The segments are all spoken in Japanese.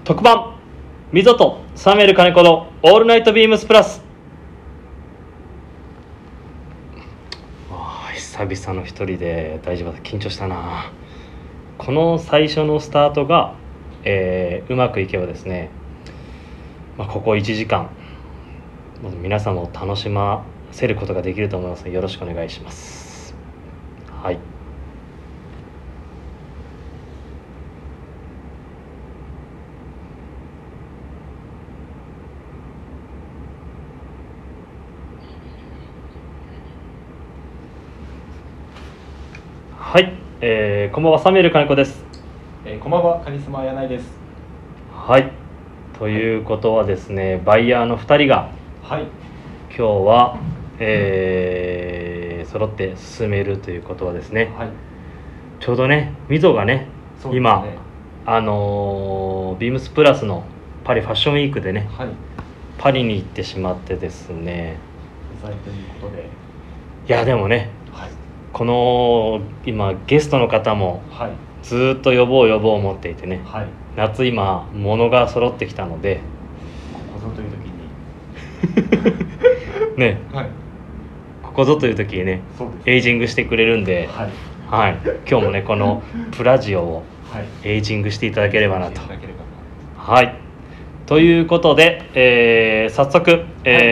特番ミゾとサミュエル金子のオールナイトビームスプラス。久々の一人で大丈夫だ。緊張したな。この最初のスタートが、うまくいけばですね、ここ1時間皆さんも楽しませることができると思いますので、よろしくお願いします。はい。はい、こんばんは、サミュエル金子です。 こんばんは、カリスマ柳井です。 はい、ということはですね、バイヤーの2人が、 はい、 今日は、揃って進めるということはですね、 はい、 ちょうどね、みぞがね、今ビームスプラスのパリファッションウィークでね、 はい、 パリに行ってしまってですね、 不在ということで、 いやでもね、 はい、 この今ゲストの方もはい、 ずっと呼ぼう思っていてね、 はい、 夏今物が揃ってきたので、 ここぞという時にね、 はい、 ここぞという時にね、 そうです、 エイジングしてくれるんで、 はい、 はい、今日もねこのプラジオをはい、 エイジングしていただければなと。 していただければはい。ということで、早速、 はい、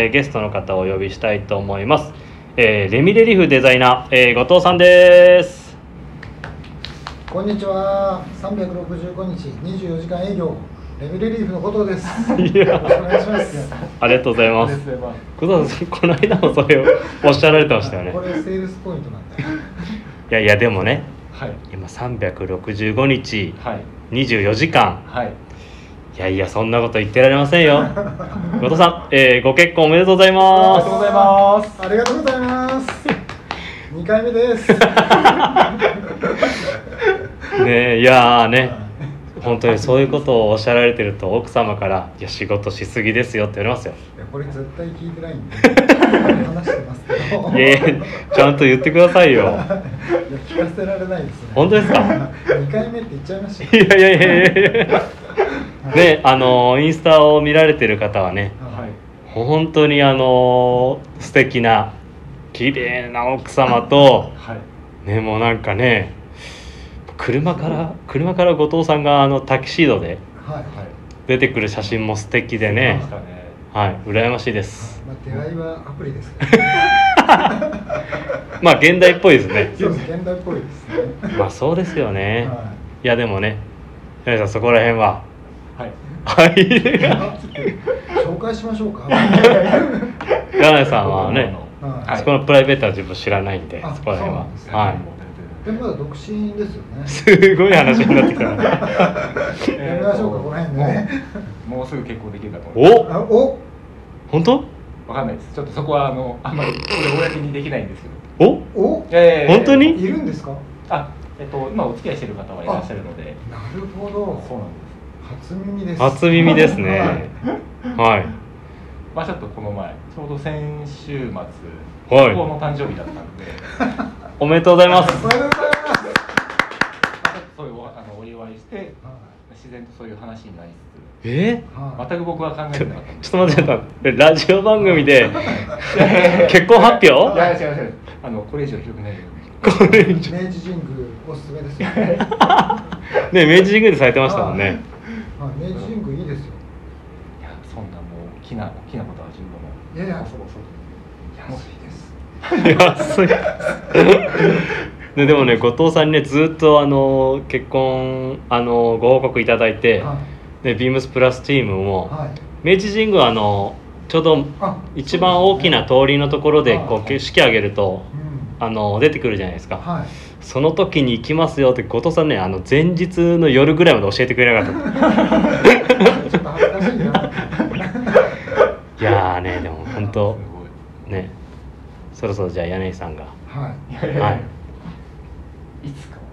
ゲストの方をお呼びしたいと思います。レミレリフデザイナー、後藤さんです。 こんにちは。365日24時間営業レミレリーフの後藤です。 いや、 よろしくお願いします。 ありがとうございます。後藤さん、この間もそれをおっしゃられてましたよね。 これセールスポイントなんで。 いやでもね、 はい、 今365日、 はい、 24時間、 はい、 いやそんなこと言ってられませんよ。後藤さん、ご結婚おめでとうございます。 ありがとうございます。 ありがとうございます。2回目です。 ね、いやね、本当にそういうことをおっしゃられてると奥様から「いや仕事しすぎですよ」って言われますよ。 いやこれ絶対聞いてないんで話してますけど。 いやちゃんと言ってくださいよ。 いや聞かせられないですね。 本当ですか。 2回目って言っちゃいました。 いやね、インスタを見られてる方はね、 はい、 本当に素敵な綺麗な奥様と、 はい、 ね、もうなんかね、車から後藤さんがタキシードではいはい、 出てくる写真も素敵でね、はい、羨ましいです。 出会いはアプリですからね。 現代っぽいですね。 そうです、現代っぽいですね。 そうですよね。 はい、 いやでもね、柳さんそこら辺は、 はい、 はい。 紹介しましょうか。 柳さんはね、 はい、 そこのプライベートは自分知らないんで、そこら辺は、はい。 でもまだ独身ですよね。 すごい話になってきた。 やめましょうか、この辺でね。 もうすぐ結婚できるかと思います。 お、 本当？ わかんないです。ちょっとそこはあんまり公にできないんですけど。 お？ 本当に？ いるんですか？ 今お付き合いしてる方はいらっしゃるので。 なるほど。そうなんです。初耳です。 初耳ですね。はい。 ちょっとこの前ちょうど先週末、 はい、 息子の誕生日だったので。 おめでとうございます。 おめでとうございます。 そういうお祝いして、自然とそういう話になりつつ。 全く僕は考えてなかったんです。 ちょっと待って、ラジオ番組で結婚発表？ いや違う。これ以上広くないように。明治神宮おすすめですよね。 ね、明治神宮でされてましたもんね。 明治神宮いいですよ。 いや、そんなもう大きなことは自分も。 いやそう安いです。 安い。でもね、後藤さんにね、ずっと結婚ご報告いただいて、でビームスプラスチームも、明治神宮ちょうど一番大きな通りのところでこう式挙げると、出てくるじゃないですか。その時に行きますよって後藤さんね、前日の夜ぐらいまで教えてくれなかった。 ちょっと恥ずかしいな。 いやーね、でも本当ね、そろそろじゃあ柳井さんが、 いつか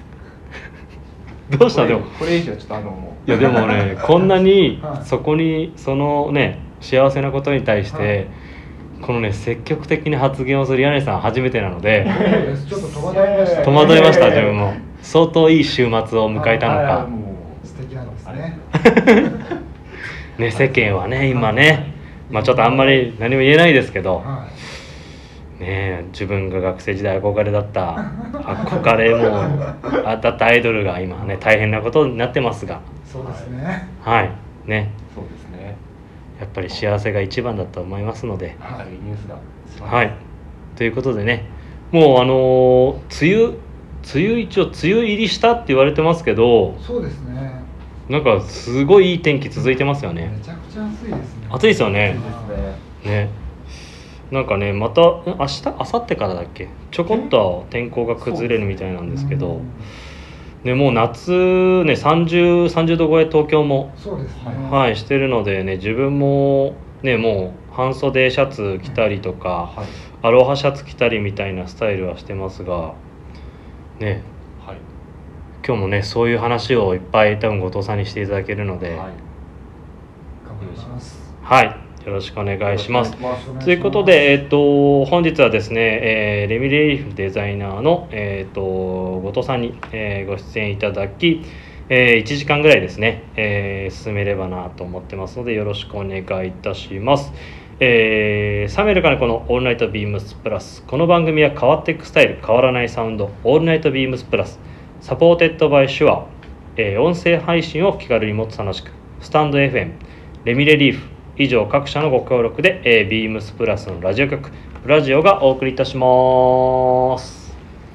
どうしたでもこれ以上ちょっといやでもね、こんなにそこにそのね幸せなことに対して、このね積極的に発言をする柳井さんは初めてなので、 ちょっと戸惑いました。 自分も相当いい週末を迎えたのか。 素敵なんです。 ね。 ね、世間はね今ね、まあちょっとあんまり何も言えないですけど、ね、自分が学生時代憧れだった憧れもあったアイドルが今ね大変なことになってますが、 そうですね。 はいね、 そうですね。 やっぱり幸せが一番だと思いますので、 明るいニュースが。 はいということでね、もう梅雨一応梅雨入りしたって言われてますけど、 そうですね。 なんかすごいいい天気続いてますよね。 めちゃくちゃ暑いですね。 暑いですよね。 ですね。 ね、なんかねまた明日明後日からだっけ、ちょこっと天候が崩れるみたいなんですけど、ね、もう夏ね30度超え東京も、 そうですね。 はいしてるのでね、自分もねもう半袖シャツ着たりとか、 はい。 アロハシャツ着たりみたいなスタイルはしてますがね、 はい。 今日もねそういう話をいっぱい多分後藤さんにしていただけるので、 はい。 頑張ります。 はい、よろしくお願いします。 よろしくお願いします。 ということで、本日はですね、レミレリーフデザイナーの、後藤さんに、ご出演いただき、1時間ぐらいですね、進めればなと思ってますのでよろしくお願いいたします。サメルからこのオールナイトビームスプラス、この番組は変わっていくスタイル変わらないサウンドオールナイトビームスプラスサポーテッドバイシュア、音声配信を気軽にもっと楽しくスタンド FM レミレリーフ以上各社のご協力で、ビームスプラスのラジオ局プラジオがお送りいたします。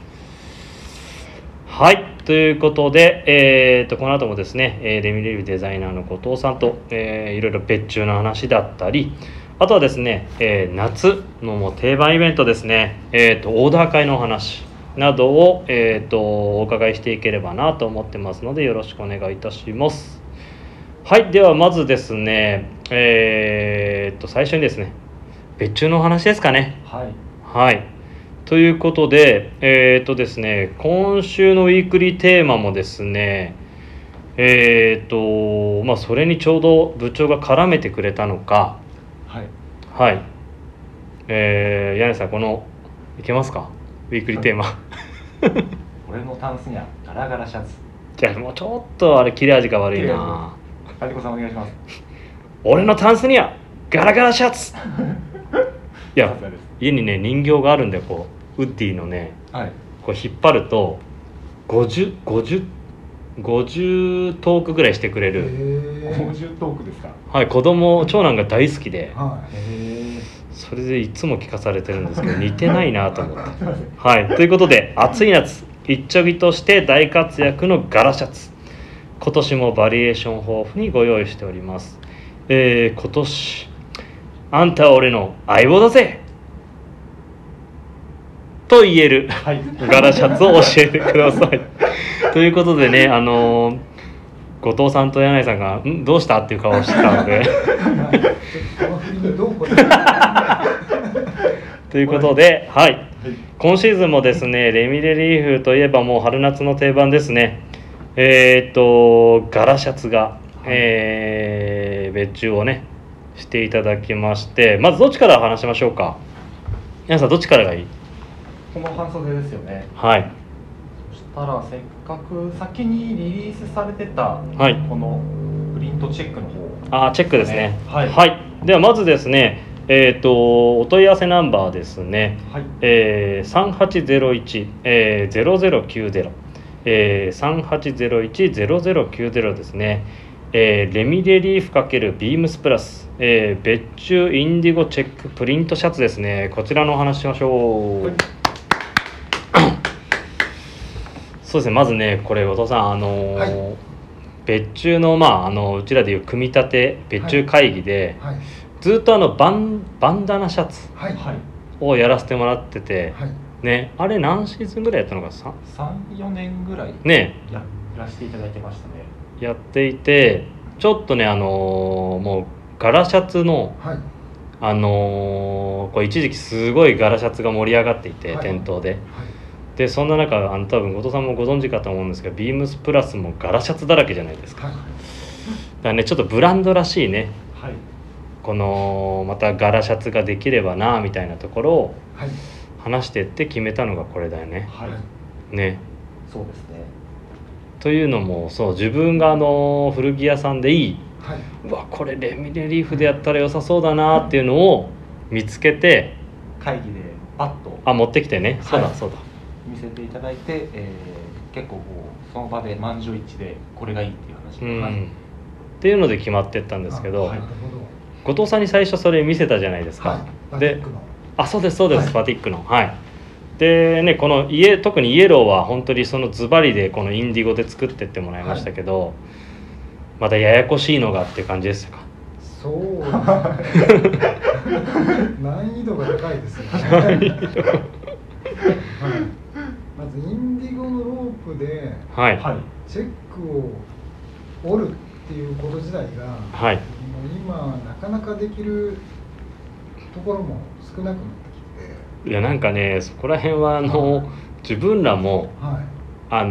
はいということで、この後もですね、レミレリーフデザイナーの後藤さんと、いろいろ別注の話だったり、あとはですね、夏のもう定番イベントですね、オーダー会のお話などを、お伺いしていければなと思ってますのでよろしくお願いいたします。はい、ではまずですね、最初にですね別注のお話ですかね。 はい。 はいということでですね、今週のウィークリーテーマもですねまあそれにちょうど部長が絡めてくれたのか、 はい。 はい、柳井さんこのいけますか、ウィークリーテーマ。 俺のタンスにはガラガラシャツ。 じゃあもうちょっとあれ切れ味が悪いな。 有子さんお願いします。 俺のタンスにはガラガラシャツ。いやさすがです。 家にね人形があるんで、こうウッディのねはい。 こう引っ張ると50トークぐらいしてくれる、 50トークですか。 はい、長男が大好きで、それでいつも聞かされてるんですけど似てないなと思って。はいということで、暑い夏一丁着として大活躍のガラシャツ、今年もバリエーション豊富にご用意しております。今年あんたは俺の相棒だぜと言える、 はい、 ガラシャツを教えてください。ということでね、後藤さんと柳井さんがどうしたっていう顔をしてたのでということで、はい、今シーズンもですねレミレリーフといえばもう春夏の定番ですね。ガラシャツが、別注をねしていただきまして、まずどっちから話しましょうか。柳井さんどっちからがいい？ この半袖ですよね。 はい。 そしたらせっかく先にリリースされてた、 はい、 このプリントチェックの方、 チェックですね。 はい、 はい、ではまずですね、お問い合わせナンバーですね、はい、3801-0090、3801-0090ですね。レミレリーフ×ビームスプラス、別注インディゴチェックプリントシャツですね。こちらのお話しましょう。はい、そうですね、まずねこれ後藤さんはい、別注のうちらでいう組み立て別注会議で、はいはい、ずっとバンダナシャツをやらせてもらってて、はい、ね、あれ何シーズンぐらいやったのか、 3,4 年ぐらいねやらせていただいてましたね。 やっていて、ちょっとねもうガラシャツの、はい、これ一時期すごいガラシャツが盛り上がっていて、店頭で、はい、でそんな中多分後藤さんもご存知かと思うんですけど、ビームスプラスもガラシャツだらけじゃないですか。はい、だからねちょっとブランドらしいね、はい、このまたガラシャツができればなみたいなところを話してって決めたのがこれだよね。はい、ね。 そうですね。 というのもそう自分が古着屋さんでいい、 はい、 うわこれレミレリーフでやったら良さそうだなっていうのを見つけて会議でパッと持ってきてね、そうだはいそうだ見せていただいて、結構こうその場で満場一致でこれがいいっていう話うん、 はい、 っていうので決まってったんですけど、 なるほど。 後藤さんに最初それ見せたじゃないですか、 はい、バティでックのそうですそうです、 はい、 バティックのはいでねこの特にイエローは本当にそのズバリでこのインディゴで作ってってもらいましたけど、はい、またややこしいのがっていう感じでしたか？ そう難易度が高いですねはい、まずインディゴのロープでチェックを折るっていうこと自体が、はい、もう今なかなかできるところも少なくなってきて、 いやなんかねそこら辺は自分らも、はい、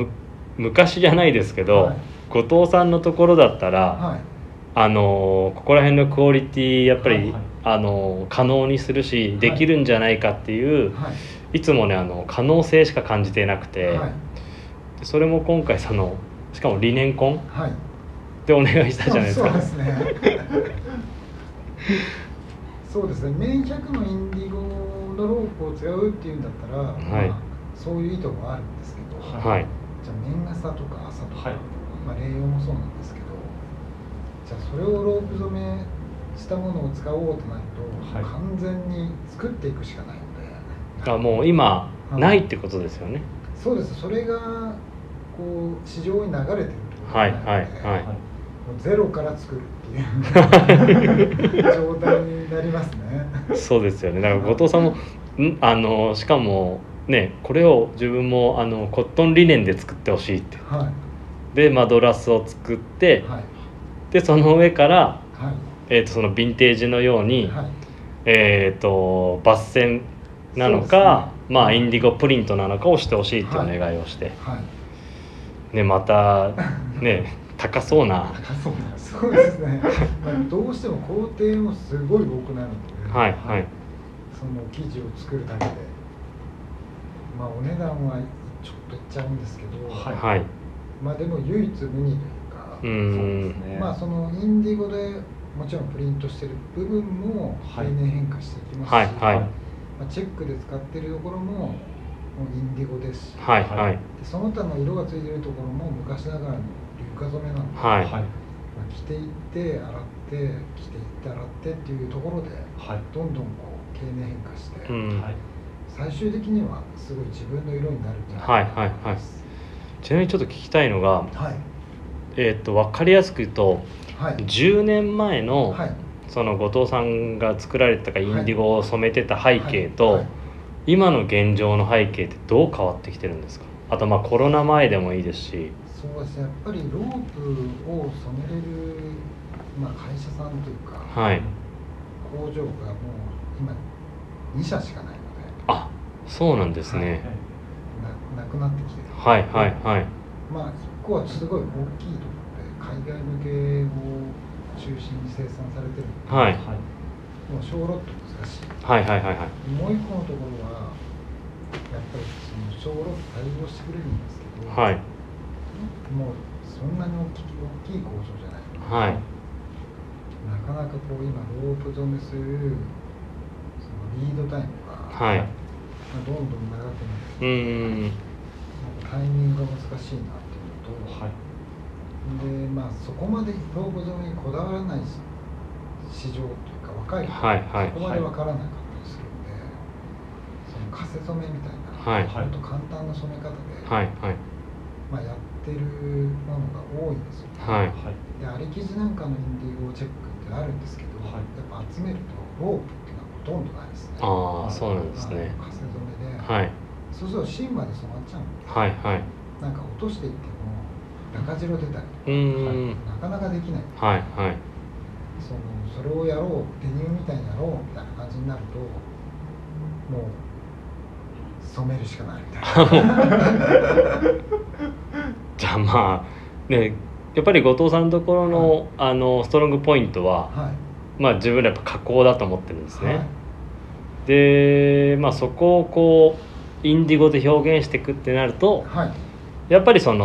昔じゃないですけど、はい、後藤さんのところだったら、はい、ここら辺のクオリティやっぱり、はいはい、可能にするしできるんじゃないかっていう、はい、いつもね可能性しか感じていなくて、はい、それも今回しかも理念婚、はい、でお願いしたじゃないですか。 そうですねそうですね、メン100のインディゴのロープを使うっていうんだったら、はい、まあ、そういう意図もあるんですけど、はい、じゃあ面朝とか朝とか、はい、まあ、レイヨンもそうなんですけど、じゃあそれをロープ染めしたものを使おうとなると、はい、完全に作っていくしかないので、 もう今、ないってことですよね。 そうです、それがこう市場に流れてるってことなので、はいはいはい、もうゼロから作るっていう状態になりますね。 そうですよね。だから後藤さんもしかもねこれを自分もコットンリネンで作ってほしいって、はい、でマドラスを作って、はい、でその上から、はい、そのヴィンテージのように、はい、抜線なのか、ね、まあインディゴプリントなのかをしてほしいってお願いをして、はいはい、ねまたね高そうなそうですね、まあ、どうしても工程もすごい多くなるので、はいはい、その生地を作るだけで、まあ、お値段はちょっといっちゃうんですけど、はい、まあでも唯一無二というか、そうですね、まあそのインディゴでもちろんプリントしてる部分も経年変化していきますし、はいはい、まあ、チェックで使ってるところもインディゴですし、はいはい、でその他の色がついてるところも昔ながらの床染めなので、はい、まあ、着ていって洗って着ていって洗ってっていうところで、はい、どんどんこう経年変化して、うん、はい、最終的にはすごい自分の色になるんじゃないかと思います。はいはいはい、 ちなみにちょっと聞きたいのが、はい、分かりやすく言うと、はい、10年前の、はい、その後藤さんが作られてたかインディゴを染めてた背景と、はいはいはい、今の現状の背景ってどう変わってきてるんですか？あとまあコロナ前でもいいですし。 そうですね、やっぱりロープを染めれる、まあ、会社さんというか、はい、工場がもう今2社しかないので。 あ、そうなんですね。 はい、なくなってきてる。 はいはいはい。 まあ1個はすごい大きいところで海外向けを中心に生産されてるので、はい、もう小ロット難しい。はいはいはいはい。もう1個のところはやっぱりその小ロット対応してくれるんですけど、はい、もうそんなに大きい工場じゃないので、はい、なかなかこう今ロープ染めするそのリードタイムが、はい、どんどん長くなって、タイミングが難しいなっていうのと、はい、でまあそこまでロープ染めにこだわらない市場というか若い人は、はいはい、そこまで分からなかったりするので、そのカセ染めみたいな、はい、もっと簡単な染め方で、はいはい、まあ、やってるものが多いんですよね。はい、でアリ生地なんかのインディゴチェックってあるんですけど、はい、やっぱ集めるとロープっていうのはほとんどないですね。 ああ、そうなんですね。 カセ染めで、はい、そうすると芯まで染まっちゃうので、はいはい、なんか落としていっても中白出たりとか、はい、なかなかできない。はいはい、それをやろう、デニムみたいにやろうみたいな感じになると、もう染めるしかないみたいな。 じゃあまあね、やっぱり後藤さんのところの、はい、ストロングポイントは、はい、まあ自分らやっぱ加工だと思ってるんですね。はい、で、まあそこをこうインディゴで表現していくってなると、はい、やっぱりその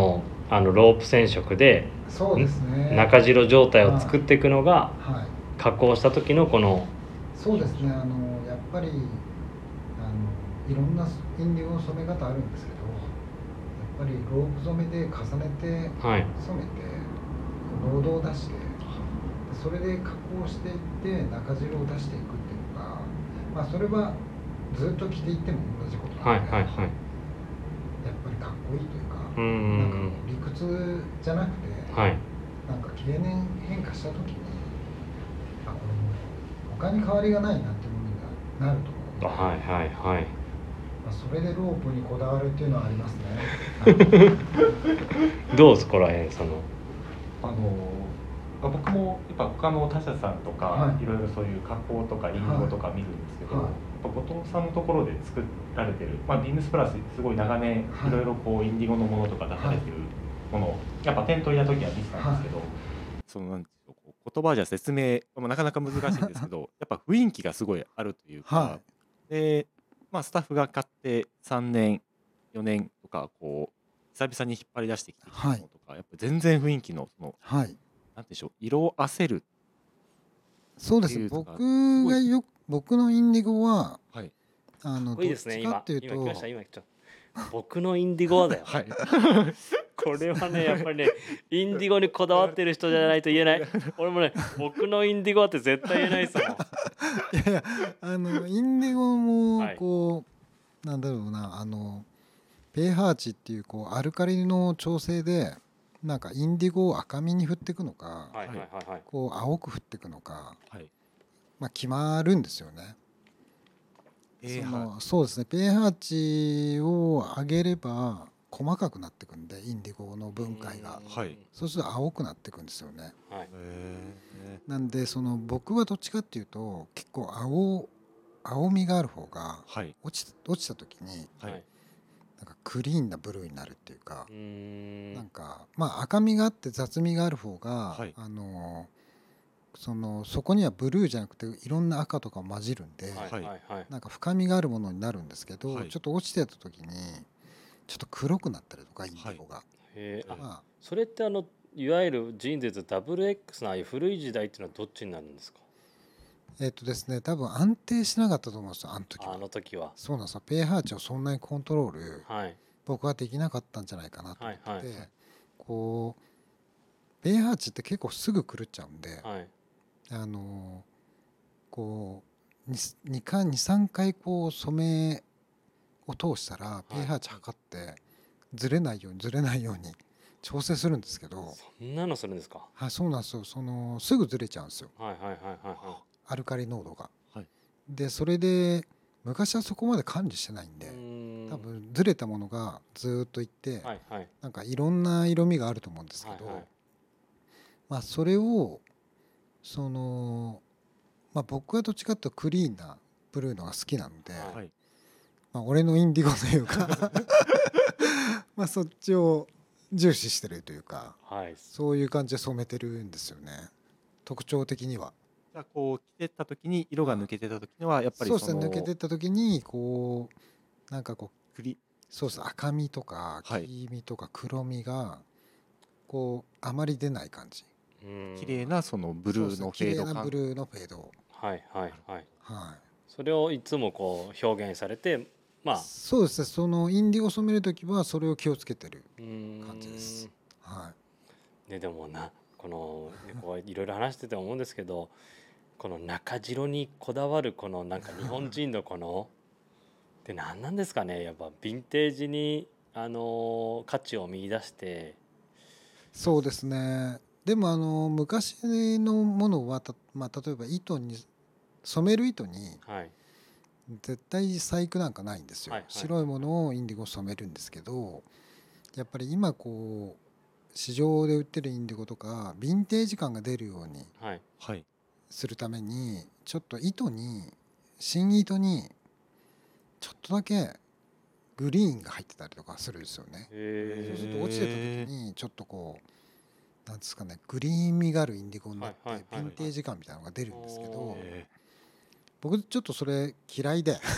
ロープ染色でそうですね、 中白状態を作っていくのが、 はい、 加工した時のこのそうですね、やっぱりいろんなインディゴの染め方あるんですけど、やっぱりロープ染めで重ねて染めて、濃度を出してそれで加工していって中白を出していくっていうのが、まあ、それはずっと着ていっても同じことなので、やっぱりかっこいいというか、なんか理屈じゃなくて、なんか経年変化した時にこれも他に変わりがないなっていうものになると思うので、それでロープにこだわるっていうのはありますね。 どうそこら辺僕もやっぱ他の他社さんとか、いろいろそういう加工とかインディゴとか見るんですけど、やっぱ後藤さんのところで作られてる、ビームスプラスすごい長年いろいろこうインディゴのものとか出されてるもの、やっぱ店頭にいた時は見てたんですけど、そのなんていうの、言葉じゃ説明なかなか難しいんですけどやっぱ雰囲気がすごいあるというか、でスタッフが買って3年4年とかこう久々に引っ張り出してきてきたものとか、やっぱ全然雰囲気のその、なんでしょう、色あせる。 そうです。僕のインディゴは、どっちかっていうと、 僕のインディゴはだよ。これはね、やっぱりね、インディゴにこだわってる人じゃないと言えない。俺もね、僕のインディゴはって絶対言えないですもん。 いやいや、インディゴもこう、なんだろうな、pH 値っていうこうアルカリの調整で。なんかインディゴを赤みに振っていくのか、こう青く振っていくのか、決まるんですよね。そうですね。pH 値を上げれば細かくなっていくんで、インディゴの分解が、そうすると青くなっていくんですよね。なんで僕はどっちかっていうと結構青みがある方が落ちた時に、なんかクリーンなブルーになるっていうか、なんか赤みがあって雑味がある方が、そこにはブルーじゃなくていろんな赤とか混じるんで、なんか深みがあるものになるんですけど、ちょっと落ちてた時にちょっと黒くなったりとか、インディゴが。 それっていわゆるジーンズで言うと WX のああいう古い時代っていうのはどっちになるんですか？ ですね、多分安定しなかったと思うんですよ、あの時は。そうなんですよ。pH 値をそんなにコントロール、僕はできなかったんじゃないかなと思ってて、こう pH 値って結構すぐ狂っちゃうんで、こう2、3回こう染めを通したら pH 値測ってずれないように調整するんですけど。 そんなのするんですか？ そうなんですよ。すぐずれちゃうんですよ。アルカリ濃度が。でそれで昔はそこまで管理してないんで、多分ずれたものがずっといって、なんかいろんな色味があると思うんですけど、それを僕はどっちかというとクリーンなブルーのが好きなので、俺のインディゴというかそっちを重視してるというか、そういう感じで染めてるんですよね、特徴的には。 こう着てった時に色が抜けてた時にはやっぱりそうですね、抜けてった時にこうなんかこうそうです、赤みとか黄みとか黒みがこうあまり出ない感じ。 綺麗なそのブルーのフェード感。 綺麗なブルーのフェード。 それをいつもこう表現されて、 そうですね、そのインディゴ染める時はそれを気をつけてる感じです。 でもこういろいろ話してて思うんですけど、この中白にこだわるこのなんか日本人のこのって何なんですかね。やっぱヴィンテージに価値を見出して。 そうですね。でも昔のものは例えば糸に染める糸に絶対細工なんかないんですよ。白いものをインディゴ染めるんですけど、やっぱり今こう市場で売ってるインディゴとかヴィンテージ感が出るようにするために、ちょっと新糸にちょっとだけグリーンが入ってたりとかするんですよね。そうすると落ちてた時にちょっとこうなんですかね、グリーン味があるインディゴになってヴィンテージ感みたいなのが出るんですけど、僕ちょっとそれ嫌いで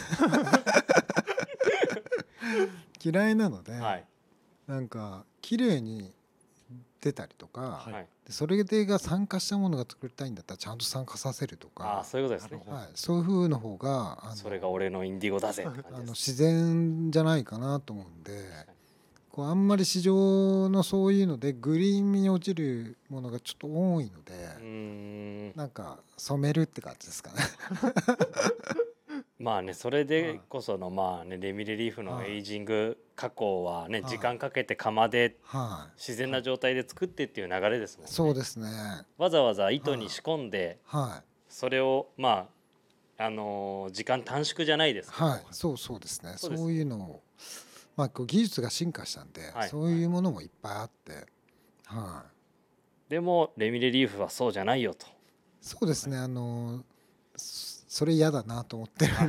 嫌いなので、なんか綺麗にってたりとか、 はい、 でそれでが参加したものが作りたいんだったらちゃんと参加させるとか、 そういうことですね、 はい、そういう風の方がそれが俺のインディゴだぜって感じです。 自然じゃないかなと思うんで、こうあんまり市場のそういうのでグリーンに落ちるものがちょっと多いので、なんか染めるって感じですかね。 まあね、それでこそのまあね、レミレリーフのエイジング加工はね、時間かけて窯で自然な状態で作ってっていう流れですもんね。 そうですね。 わざわざ糸に仕込んで、それをまあ時間短縮じゃないですけど、 そうですね。そういうのをまあこう技術が進化したんで、そういうものもいっぱいあって、 でもレミレリーフはそうじゃないよと。 そうですね。それ嫌だなと思ってる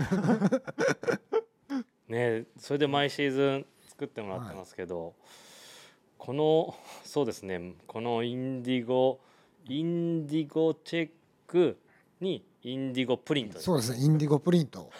ね、それで毎シーズン作ってもらってますけど、このそうですね、このインディゴチェックにインディゴプリントですね。 そうですね、インディゴプリント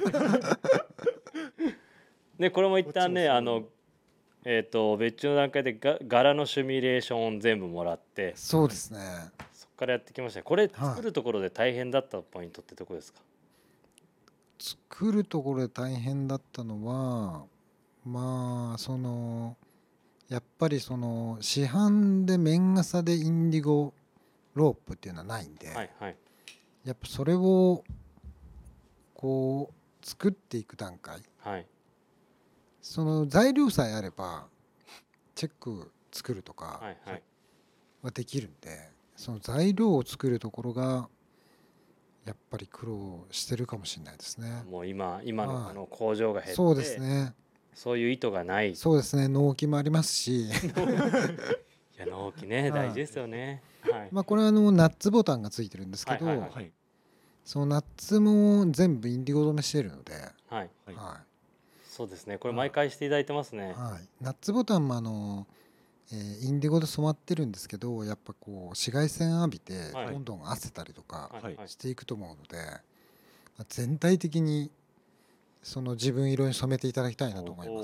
でこれも一旦ね別注の段階で柄のシミュレーションを全部もらって、 そうですね、 そこからやってきました。これ作るところで大変だったポイントってどこですか？ 作るところで大変だったのは、まあやっぱり市販で綿傘でインディゴロープっていうのはないんで、やっぱそれをこう作っていく段階、その材料さえあればチェック作るとかはできるんで、その材料を作るところがやっぱり苦労してるかもしれないですね。 もう今の工場が減って、 そうですね、 そういう意図がない。 そうですね、納期もありますしいや納期ね、大事ですよね。 まあこれはナッツボタンがついてるんですけど、そのナッツも全部インディゴ止めしてるので、 そうですね、これ毎回していただいてますね。 ナッツボタンもインディゴで染まってるんですけど、やっぱこう紫外線浴びてどんどん汗たりとかしていくと思うので、全体的にその自分色に染めていただきたいなと思います。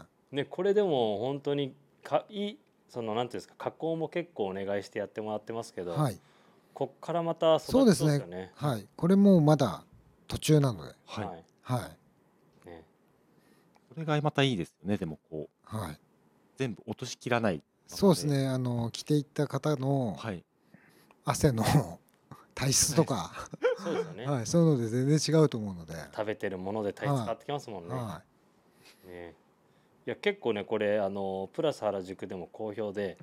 ね、これでも本当になんていうんですか、加工も結構お願いしてやってもらってますけど、こっからまた育ちそうですよね。 これもまだ途中なので、 ね、これがまたいいですよね。でもこう、全部落としきらない。 そうですね、着ていった方の汗の体質とかそうですよね、 そういうので全然違うと思うので、 食べてるもので体質変わってきますもんね。ね、いや結構ね、これプラス原宿でも好評で、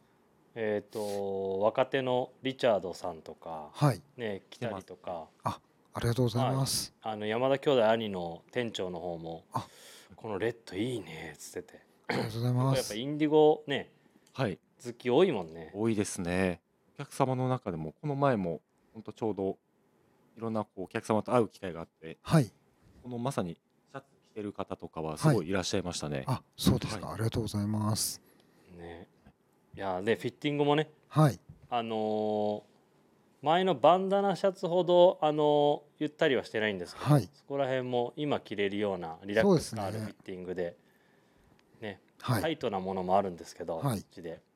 若手のリチャードさんとか、ね、来たりとか、 ありがとうございます。 山田兄弟兄の店長の方もこのレッドいいねっつってて、 ありがとうございます。 やっぱインディゴね、好き多いもんね。 多いですね。お客様の中でもこの前も本当ちょうどいろんなこうお客様と会う機会があって、このまさにシャツ着てる方とかはすごいいらっしゃいましたね。 そうですか、ありがとうございます。 ね、いやでフィッティングもね、前のバンダナシャツほどゆったりはしてないんですけど、そこら辺も今着れるようなリラックスがあるフィッティングで、ね、タイトなものもあるんですけど、うちで、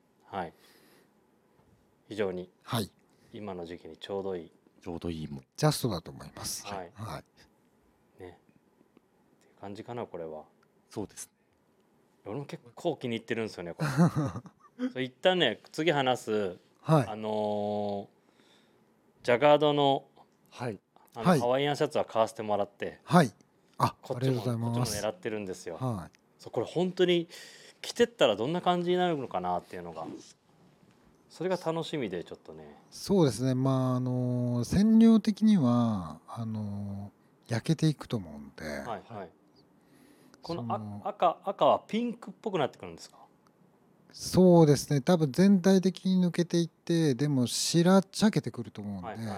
非常に今の時期にちょうどいいもん、 ジャストだと思います。 ね、っていう感じかな、これは。 そうですね。 俺も結構気に入ってるんですよね、これ。一旦ね、次話すジャガードのハワイアンシャツは買わせてもらって、こっちも狙ってるんですよ。これ本当に着てったらどんな感じになるのかなっていうのが、それが楽しみでちょっとね。 そうですね、まあ染料的には焼けていくと思うんで、 この赤はピンクっぽくなってくるんですか？ そうですね、多分全体的に抜けていって、でも白っちゃけてくると思うんで、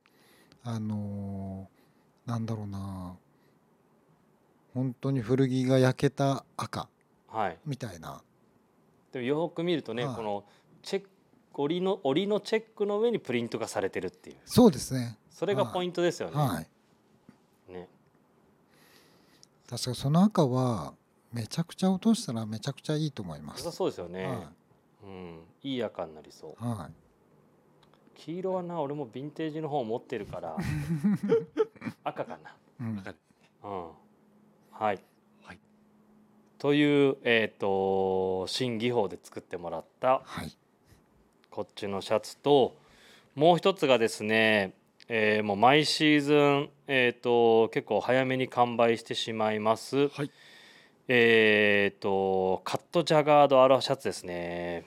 なんだろうな、本当に古着が焼けた赤みたいな。 でもよく見るとね、この織りのチェックの上にプリントがされてるっていう。 そうですね。 それがポイントですよね。ね。 確かその赤はめちゃくちゃ落としたらめちゃくちゃいいと思います。 そうですよね。 いい赤になりそう。 はい。 黄色はな、俺もヴィンテージの方持ってるから赤かな。 うん。 赤で。 うん。はい。 はい。 という新技法で作ってもらったはい。 こっちのシャツと、もう一つがですね、もう毎シーズン結構早めに完売してしまいます。 はい。 カットジャガードアロハシャツですね。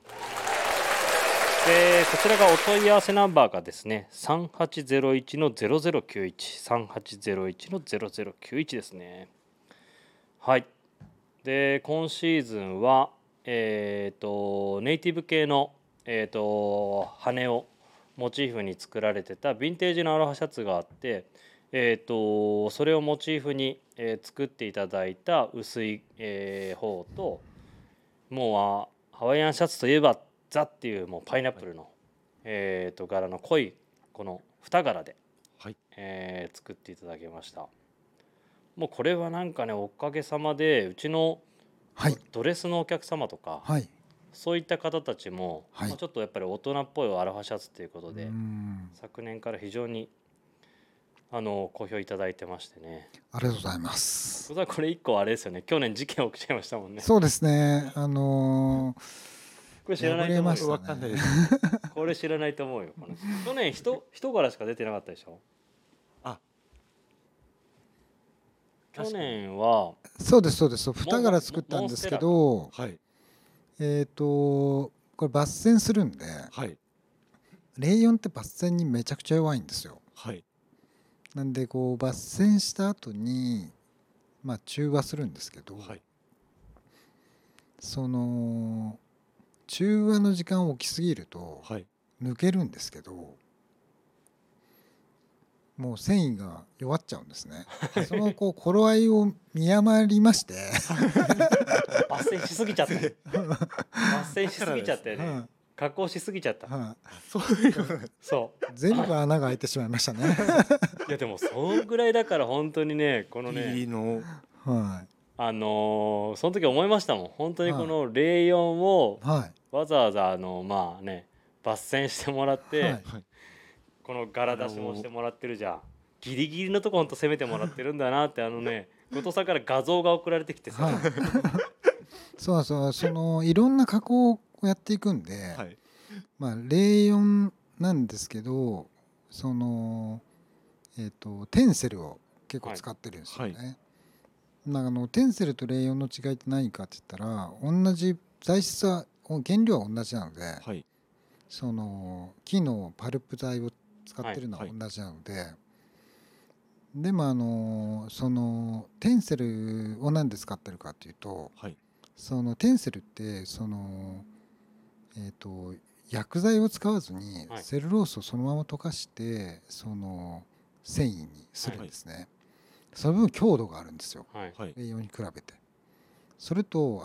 でこちらがお問い合わせナンバーがですね、3801-0091 3801-0091ですね。はい。で今シーズンはネイティブ系の羽をモチーフに作られてたヴィンテージのアロハシャツがあって、それをモチーフに、作っていただいた薄い、方と、もうハワイアンシャツといえばザっていうもうパイナップルの、柄の濃いこの2柄で、 はい。 作っていただきました。もうこれはなんかね、おかげさまでうちのドレスのお客様とか、 はい。 そういった方たちも、 はいちょっとやっぱり大人っぽいアロハシャツということで、昨年から非常に好評いただいてましてね。 ありがとうございます。 これ1個あれですよね、去年事件起きちゃいましたもんね。 そうですね。 これ知らないと思うよ。 わかんないです。 これ知らないと思うよ。去年人柄しか出てなかったでしょ。去年はそうですそうです。2柄作ったんですけど、 はい。 これ抜線するんで、 はい。 レイヨンって抜線にめちゃくちゃ弱いんですよ。 はい。 なんでこう抜線した後に中和するんですけど、 はい。 その中和の時間を置きすぎるとはい。 抜けるんですけど、もう繊維が弱っちゃうんですね。その頃合いを見余りまして抜線しすぎちゃった抜線しすぎちゃってね、加工しすぎちゃった、 そういうこと。 そう全部穴が開いてしまいましたねいやでもそのぐらいだから本当にね、このね、 はい、 その時思いましたもん。本当にこのレイヨンをわざわざまあね抜線してもらって、この柄出しもしてもらってるじゃん。ギリギリのとこほんと攻めてもらってるんだなって、後藤さんから画像が送られてきてさ、 そうそう、いろんな加工をやっていくんで、レイヨンなんですけど、テンセルを結構使ってるんですよね。テンセルとレイヨンの違いって何かって言ったら、同じ材質は原料は同じなので、木のパルプ材を使ってるのは同じなので、でもテンセルを何で使ってるかっていうと、テンセルって薬剤を使わずにセルロースをそのまま溶かして繊維にするんですね。その分強度があるんですよ、レイヨンに比べて。それと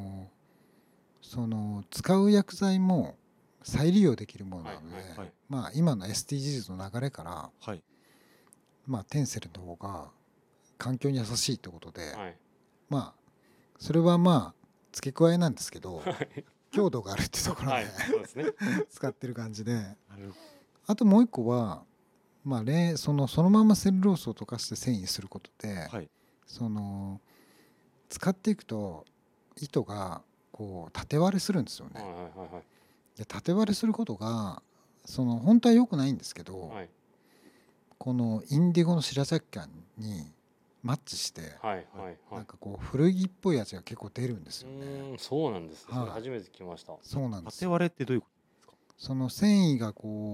使う薬剤も再利用できるものなので、今の SDGs の流れから、テンセルの方が環境に優しいということで、それは付け加えなんですけど、強度があるっていうところで使ってる感じで、あともう一個は、そのままセルロースを溶かして繊維にすることで、使っていくと糸が縦割れするんですよね。で縦割れすることが本当は良くないんですけど、このインディゴの白茶感にマッチして、なんか古着っぽい味が結構出るんですよね。 そうなんですね。それ初めて聞きました。 そうなんです。 縦割れってどういうことですか？ 繊維が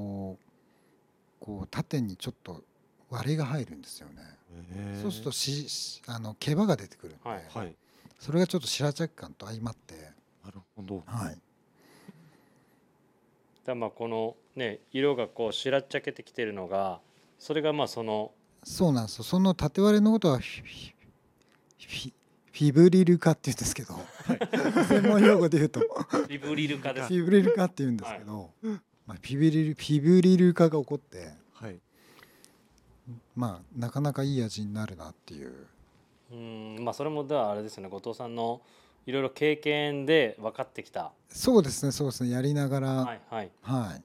縦にちょっと割れが入るんですよね。そうすると毛羽が出てくるんで、それがちょっと白茶感と相まって。 なるほど。 このね、色が白っちゃけてきてるのが、それがそうなんですよ。その縦割れのことはフィブリル化って言うんですけど、専門用語で言うとフィブリル化です。 フィブリル化って言うんですけど、フィブリル化が起こって、なかなかいい味になるなっていう。 それもあれですよね。後藤さんのいろいろ経験で分かってきた。 そうですね、そうですね、やりながら、 はいはいはい。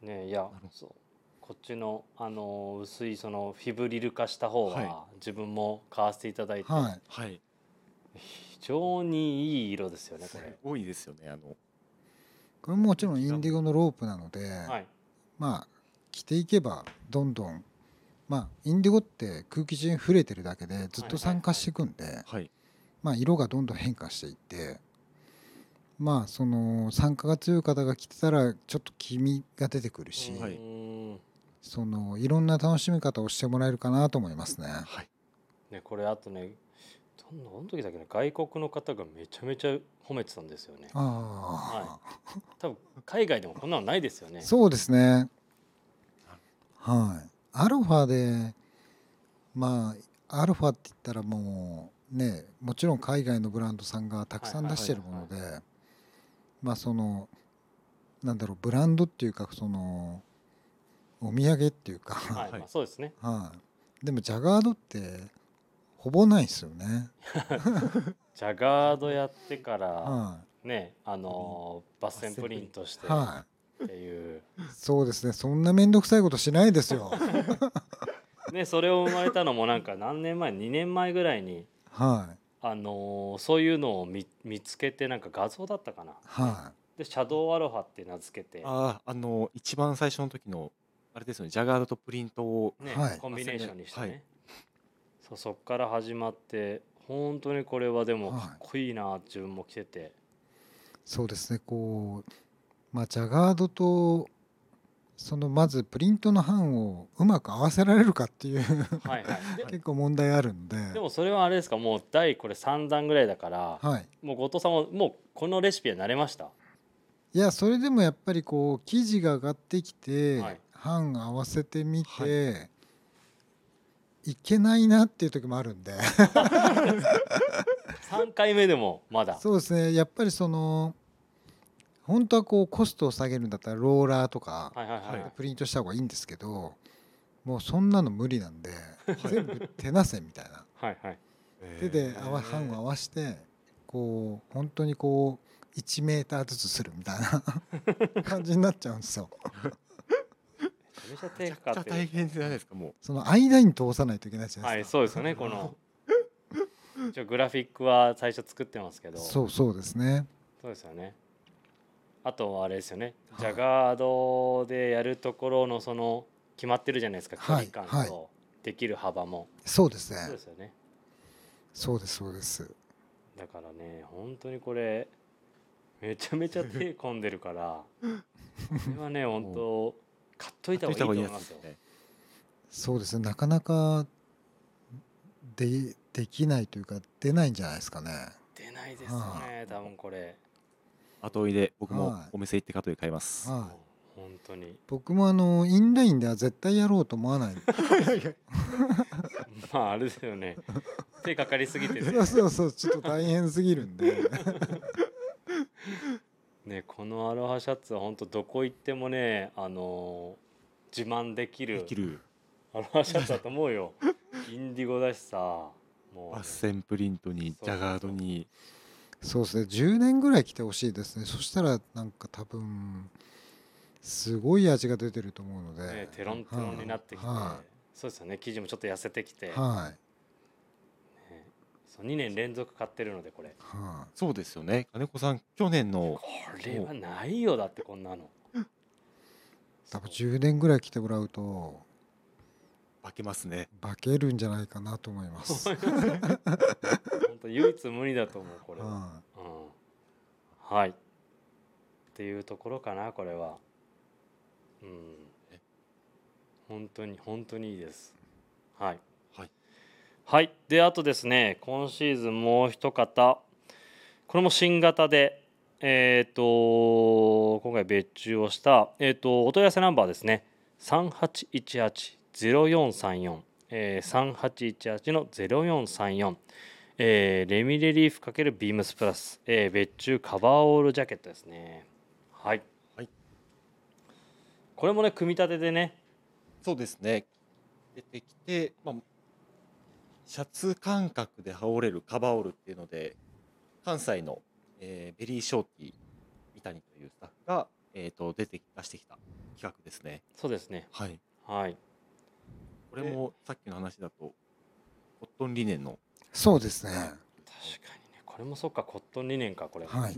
ね、いやそうこっちの薄いそのフィブリル化した方は自分も買わせていただいて、 はいはい、 非常にいい色ですよねこれ。 多いですよね。 これももちろんインディゴのロープなので、 はい、 まあ着ていけばどんどん、まあインディゴって空気中に触れてるだけでずっと酸化していくんで、まあ色がどんどん変化していって、まあその酸化が強い方が着てたらちょっと黄身が出てくるし、そのいろんな楽しみ方をしてもらえるかなと思いますね。 はい、 ねこれあとねどの時だっけな、外国の方がめちゃめちゃ褒めてたんですよね。はい、多分海外でもこんなのないですよね。 そうですね。はい。アルファでまあアルファって言ったらもうね、もちろん海外のブランドさんがたくさん出してるもので、まあそのなんだろう、ブランドっていうかそのお土産っていうか、 はい、まあ、そうですね。 はい。でもジャガードってほぼないですよね。 ジャガードやってから、 はい、 ね抜線プリントしてっていう、 そうですね、そんな面倒くさいことしないですよ。 ね、それを生まれたのもなんか何年前、2年前ぐらいに、 はい、 そういうのを見つけて、なんか画像だったかな、 はい、 でシャドウアロハって名付けて、 一番最初の時のあれですよね、ジャガードとプリントを、 ね、 はい、 コンビネーションにしてね、そっから始まって、本当にこれはでもかっこいいな、自分も着てて。 そうですね、こうまあジャガードとそのまずプリントの版をうまく合わせられるかっていうはいはい、 結構問題あるんで。 でもそれはあれですか、もう第これ3弾ぐらいだから、 はい、 もう後藤さんももうこのレシピは慣れました？ いやそれでもやっぱりこう生地が上がってきて、 はい、 版合わせてみて、いけないなっていう時もあるんで 3回目でもまだ。 そうですね、やっぱりその本当はこうコストを下げるんだったらローラーとかプリントした方がいいんですけど、もうそんなの無理なんで全部手なせみたいなはい、はい、 手で版を合わせてこう本当にこう1メーターずつするみたいな感じになっちゃうんですよ。 めちゃめちゃ手かかってる。 大変じゃないですか。もうその間に通さないといけないじゃないですか。 はい、そうですよね。このグラフィックは最初作ってますけど、 そうですね。 そうですよね。あとはあれですよね、ジャガードでやるところのその決まってるじゃないですか、距離感とできる幅も。 そうですね。 そうですよね。 そうです。 だからね、本当にこれめちゃめちゃ手込んでるからこれはね本当買っといた方がいいと思いますよ。 そうですね、なかなかできないというか出ないんじゃないですかね。 出ないですよね、多分これ。 後追いで僕もお店行って買います。 本当に僕もインラインでは絶対やろうと思わないまああれですよね、手かかりすぎてねそうちょっと大変すぎるんでね、このアロハシャツは本当どこ行ってもね、自慢できるアロハシャツだと思うよインディゴだしさ、 もう抜線プリントにジャガードに。 そうですね、10年ぐらい着てほしいですね。そしたらなんか多分すごい味が出てると思うので、 ね、テロンテロンになってきて、そうですよね、生地もちょっと痩せてきて、そう2年連続買ってるのでこれ、 そうですよね、金子さん去年のこれはないよ、だってこんなの多分10年ぐらい着てもらうと化けますね。 化けるんじゃないかなと思います本当唯一無二だと思うこれは、はいっていうところかな、これは。本当にいいです。はい、であとですね、今シーズンもう一方、これも新型で今回別注をした、お問い合わせナンバーですね、3818-0434、3818の0434、レミレリーフ×ビームスプラス、別注カバーオールジャケットですね。はい、これもね組み立てでね、 そうですね、出てきて、シャツ感覚で羽織れるカバーオールっていうので関西の、ベリーショーティー三谷というスタッフが、出してきた企画ですね。 そうですね。 はい。 はい。 これもさっきの話だとコットンリネンの。 そうですね。確かにね。これもそっか、コットンリネンかこれ。 はい。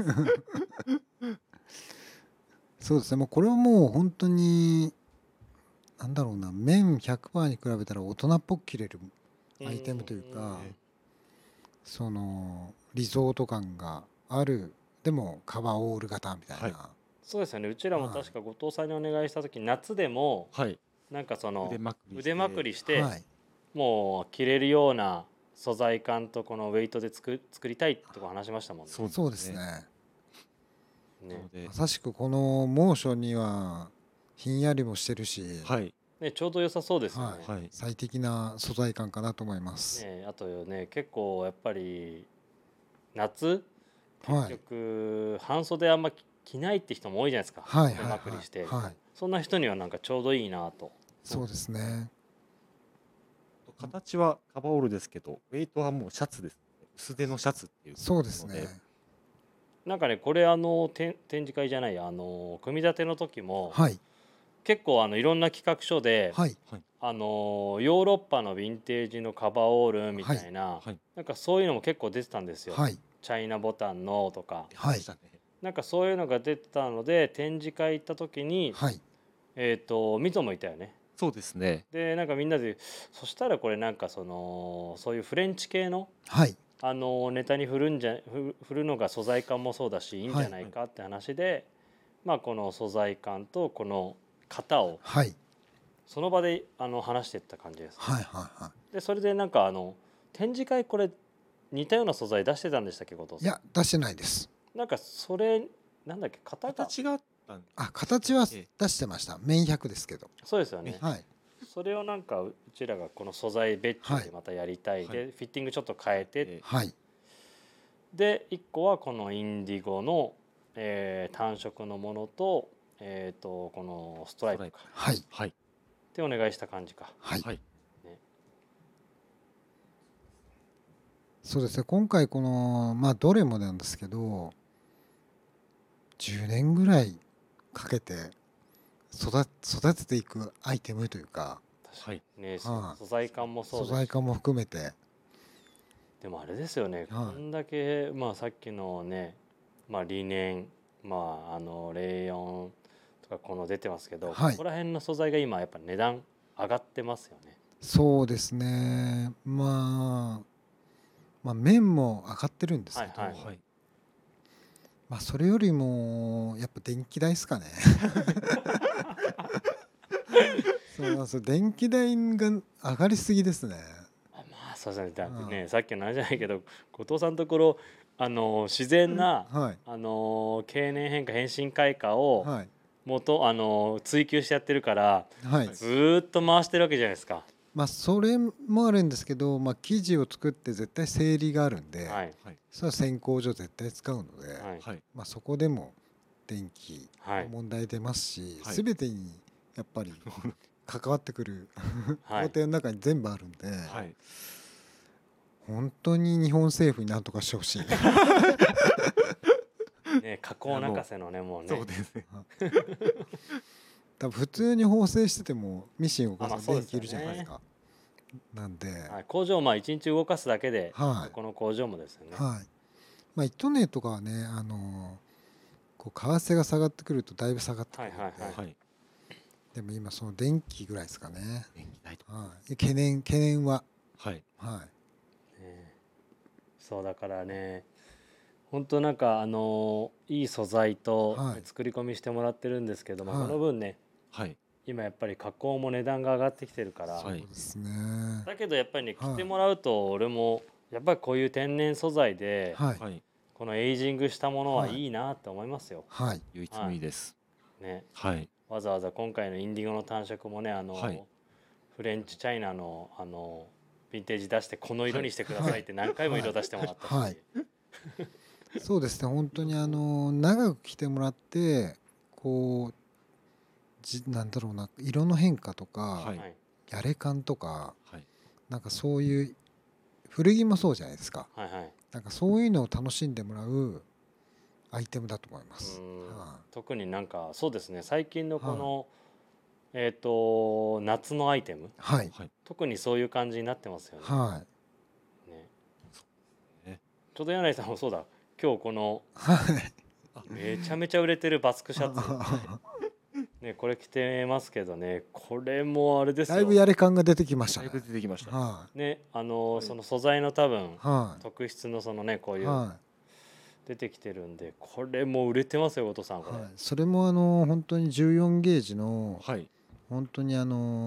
そうですね。もうこれはもう本当になんだろうな、綿 100% に比べたら大人っぽく着れるアイテムというか、そのリゾート感がある、でもカバーオール型みたいな、はい、 そうですよね。うちらも確か後藤さんにお願いした時、夏でも、はい、なんかその腕まくりして、はい、もう着れるような素材感とこのウェイトで作りたいとか話しましたもんね。 そうですね。まさしくこの猛暑にはひんやりもしてるし、 はいね、ちょうど良さそうですよね、 はい、最適な素材感かなと思います、 ね、あとね結構やっぱり夏結局、半袖あんま着ないって人も多いじゃないですか、 はい、 袖まくりして、 はい、 そんな人にはなんかちょうどいいなと。 そうですね。 形はカバーオールですけどウェイトはもうシャツです、ね、薄手のシャツっていう。 そうですね。 なんかねこれ展示会じゃない組み立ての時も、はい、結構いろんな企画書で、はい、ヨーロッパのヴィンテージのカバーオールみたいな、はい、なんかそういうのも結構出てたんですよ、はい、チャイナボタンのとか、はい、なんかそういうのが出てたので展示会行った時に、はい、ミゾもいたよね。 そうですね。 でなんかみんなでそしたらこれなんかそういうフレンチ系の、はい、ネタに振るのが素材感もそうだしいいんじゃないかって話で、はい、まあこの素材感とこの型をその場で話していった感じです、ね。はいはいはい、でそれでなんか展示会これ似たような素材出してたんでしたっけ、後藤さん。 いや出してないです。 なんかそれなんだっけ形があったん形は出してました。綿100ですけど。 そうですよね。はい。それをなんかうちらがこの素材別注でまたやりたい、はい、でフィッティングちょっと変えて、はい、で1個はこのインディゴの、単色のものと、このストライプか、はいはい、でお願いした感じか。はい、ね、 そうですね。今回このまあどれもなんですけど10年ぐらいかけて育てていくアイテムというか、 はいね、素材感もそうです、 素材感も含めて。 でもあれですよね、こんだけ、まあ、さっきのね、まあ、リネン、まあ、レーヨンとかこの出てますけど、はい、ここら辺の素材が今やっぱ値段上がってますよね。 そうですね。まあ綿も上がってるんですけど、はいはい、まあそれよりもやっぱ電気代ですかね。そう電気代が上がりすぎですね。 まあそうですね。だってね、さっきのあれじゃないけど後藤さんのところ自然な、はい、経年変化変身開花を、はい、追求してやってるから、はい、ずっと回してるわけじゃないですか。 まあそれもあるんですけど、まあ、生地を作って絶対整理があるんで、はい、それは選考所絶対使うので、はい、まあ、そこでも電気の問題出ますし、はい、全てにやっぱり関わってくる工程の中に全部あるんで、はい、本当に日本政府に何とかしてほしいね。加工泣かせのね、もうね。そうですね。 多分普通に縫製しててもミシンを動かすと電気いるじゃないですか。なんで、 はい、工場まあ1日動かすだけで、はい、この工場もですよね。はい。 まあ糸根とかはね、こう為替が下がってくるとだいぶ下がってくるので、はいはいはい、でも今その電気ぐらいですかね。電気代とか、はい、懸念は、はいはい、 そうだからね、本当なんかいい素材と作り込みしてもらってるんですけども、はい、この分ね、はい、今やっぱり加工も値段が上がってきてるから、そうですね。だけどやっぱりね、着てもらうと俺もやっぱりこういう天然素材で、はい、このエイジングしたものはいいなって思いますよ。 はい、唯一無二です。 ね、はい。わざわざ今回のインディゴの単色もね、はい、フレンチチャイナのヴィンテージ出してこの色にしてくださいって何回も色出してもらったし、はいはいそうですね。本当に長く着てもらってこうなんだろうな、色の変化とか、はい、やれ感とか、はい、なんかそういう古着もそうじゃないですか、はいはい、 なんかそういうのを楽しんでもらうアイテムだと思います。 特になんかそうですね、最近のこの、夏のアイテム、 はい、 特にそういう感じになってますよね。 はい、 ね、ちょうど柳井さんもそうだ、今日このめちゃめちゃ売れてるバスクシャツね、これ着てますけどね、これもあれですよ、 だいぶやれ感が出てきましたね。 だいぶ出てきました、 ね、その素材の多分、特質のそのねこういう、出てきてるんで、これも売れてますよ後藤さんこれ、 それも本当に14ゲージの、本当に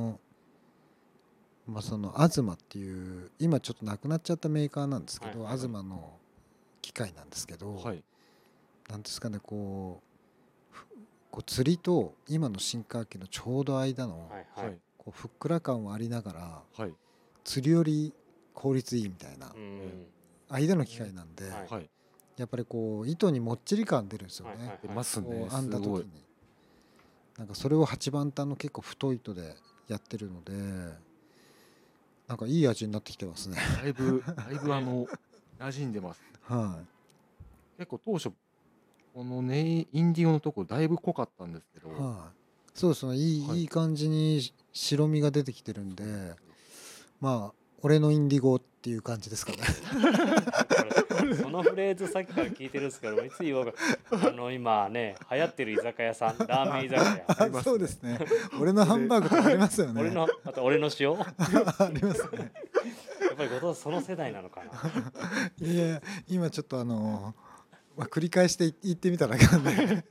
その東っていう今ちょっとなくなっちゃったメーカーなんですけど、東の機械なんですけど、なんですかね、こう釣りと今のシンカー機のちょうど間の、こうふっくら感はありながら、釣りより効率いいみたいな、間の機械なんで、やっぱりこう糸にもっちり感出るんですよね。 出ますね。 編んだ時になんかそれを8番単の結構太い糸でやってるので、なんかいい味になってきてますね。 だいぶ馴染んでます。結構当初このねインディゴのとこだいぶ濃かったんですけど、 そうですね、いい感じに白みが出てきてるんで、まあ俺のインディゴっていう感じですかね。 そのフレーズさっきから聞いてるんですけど、いつ言おうか、今ね流行ってる居酒屋さん、ラーメン居酒屋そうですね、俺のハンバーグとかありますよね。 俺の塩ありますね。 やっぱり後藤その世代なのかな。 いや今ちょっと繰り返して言ってみただけなんで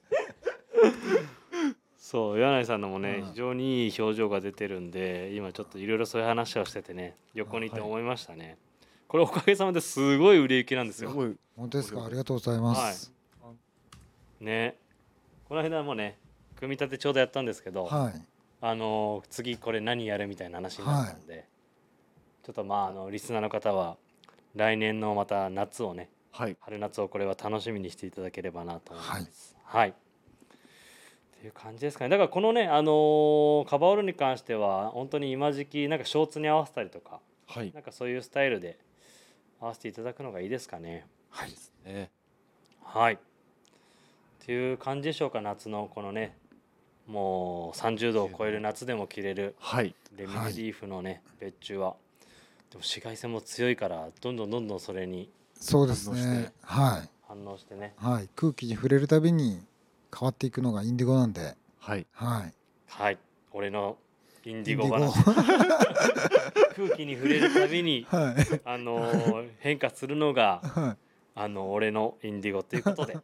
そう、柳井さんのもね、非常にいい表情が出てるんで、今ちょっといろいろそういう話をしててね、横にいて思いましたね。これおかげさまですごい売れ行きなんですよ。 本当ですか、ありがとうございます。 ね、この間もね組み立てちょうどやったんですけど、次これ何やるみたいな話になったんで、ちょっとリスナーの方は来年のまた夏をね、春夏をこれは楽しみにしていただければなと思います。っていう感じですかね。だからこのねカバーオールに関しては本当に今時期なんかショーツに合わせたりとか、なんかそういうスタイルで合わせていただくのがいいですかね。っていう感じでしょうか。夏のこのねもう30度を超える夏でも着れるレミニリーフのね別注は、でも紫外線も強いからどんどんそれにそうですね、 反応してね、 空気に触れるたびに変わっていくのがインディゴなんで、 俺のインディゴ話空気に触れるたびに、変化するのが、俺のインディゴということで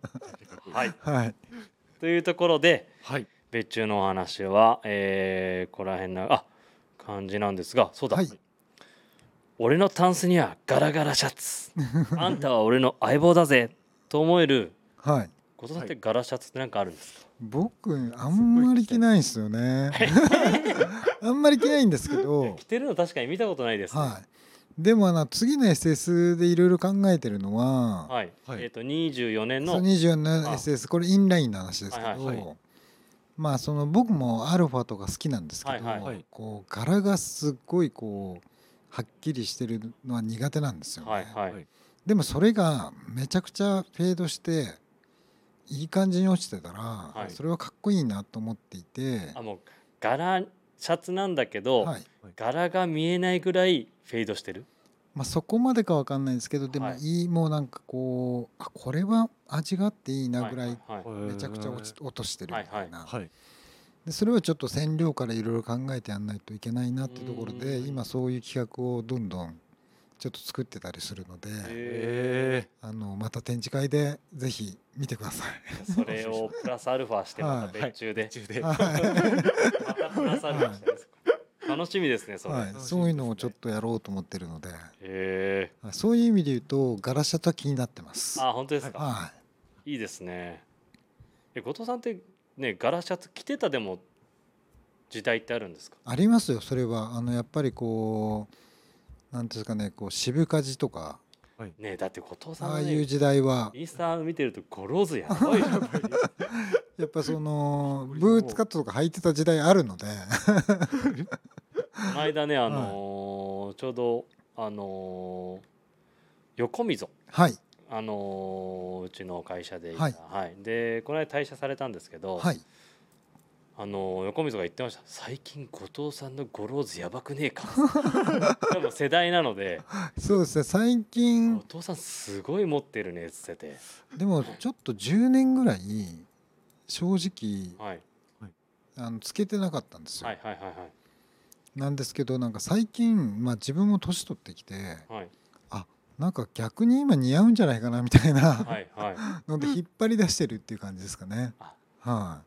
というところで、別注のお話は、ここら辺の感じなんですが、そうだ、俺のタンスにはガラガラシャツあんたは俺の相棒だぜと思える、後藤さんってガラシャツって何かあるんですか？ 僕あんまり着ないんですよね。あんまり着ないんですけど、 着てるの確かに見たことないですね。 でも次の SS でいろいろ考えてるのは、 24年の 24年の SS、これインラインの話ですけど、その僕もアルファとか好きなんですけど、こう柄がすっごいこうはっきりしてるのは苦手なんですよね。でもそれがめちゃくちゃフェードしていい感じに落ちてたら、それはかっこいいなと思っていて、 もう柄シャツなんだけど、柄が見えないぐらいフェードしてる。 そこまでかわかんないですけど、でももうなんかこうこれは味があっていいなぐらいめちゃくちゃ落としてるみたいな。でそれはちょっと染料からいろいろ考えてやんないといけないなっていうところで、今そういう企画をどんどんちょっと作ってたりするので、また展示会でぜひ見てください。 それをプラスアルファしてまた別注で、またプラスアルファして楽しみですね。 そういうのをちょっとやろうと思ってるので、そういう意味で言うとガラシャツは気になってます。 本当ですか。いいですね。後藤さんってね、ガラシャツ着てたでも時代ってあるんですか？ ありますよ。それはやっぱりこうなんですかね、こう渋かじとかね、だって後藤さんああいう時代はインスタ見てるとゴローズやばいやっぱそのブーツカットとか履いてた時代あるのでこの間ねちょうど横溝、 はい、 うちの会社でいた、 はいはい、でこの間退社されたんですけど、 はい、 横溝が言ってました。最近後藤さんのゴローズやばくねえか多分世代なのでそうですね、最近後藤さんすごい持ってるねっつってて、 でもちょっと10年ぐらい正直、 はい、 つけてなかったんですよ、 はいはいはいはいなんですけどなんか最近、まあ、自分も年取ってきて、 はい、 あ、なんか逆に今似合うんじゃないかなみたいなはいはいので引っ張り出してるっていう感じですかね。はい、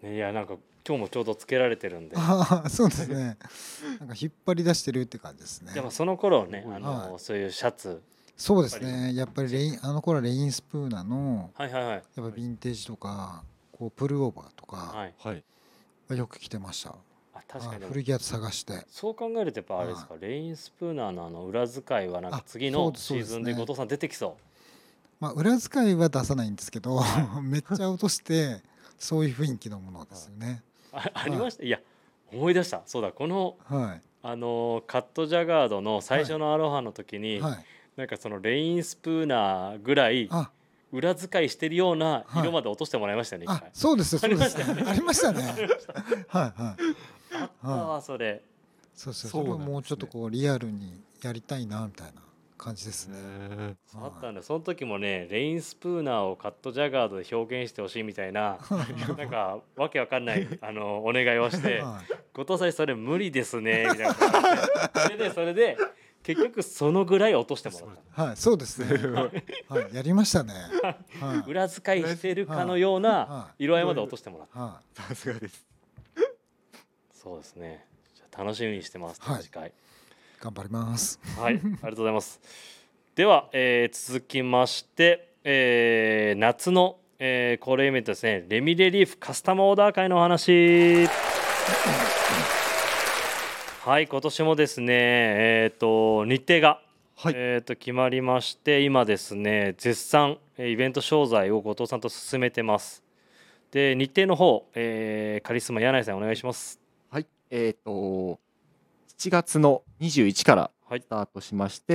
ね、いやなんか今日もちょうどつけられてるんで、 そうですね。なんか引っ張り出してるって感じですね。 でもその頃ね、 はい、 そういうシャツ、 そうですね。やっぱりあの頃はレインスプーナーのはいはいはい、 やっぱヴィンテージとかこうプルオーバーとかはい、 はい。 よく着てました。 確かに古着屋探して。 そう考えるとやっぱあれですか、レインスプーナーの裏使いはなんか次のシーズンで後藤さん出てきそう。 まあ裏使いは出さないんですけど、めっちゃ落としてそういう雰囲気のものですよね。 ありました。いや思い出した。そうだ、この、 はい、 カットジャガードの最初のアロハの時に、 はい、 なんかそのレインスプーナーぐらい裏使いしてるような色まで落としてもらいましたね。 あ、そうですそうです。ありましたね。はいはい。 あったわそれ。 そうそう。それをもうちょっとこうリアルにやりたいなみたいな感じですね。 あったんだ。その時もね、レインスプーナーをカットジャガードで表現してほしいみたいななんかわけわかんないお願いをして、後藤さんそれ無理ですねみたいなそれで結局そのぐらい落としてもらった。 はい、そうですね。はい、やりましたね。 裏使いしてるかのような色合いまで落としてもらった。 さすがです。 そうですね。じゃあ楽しみにしてます。次回。 頑張ります。 はい、ありがとうございます。では、続きまして、夏の、恒例イベントですね、レミレリーフカスタムオーダー会のお話。はい、今年もですね、日程が、決まりまして、今ですね、絶賛イベント商材を後藤さんと進めてます。で、日程の方、カリスマ柳井さんお願いします。 はい、7月の21からスタートしまして、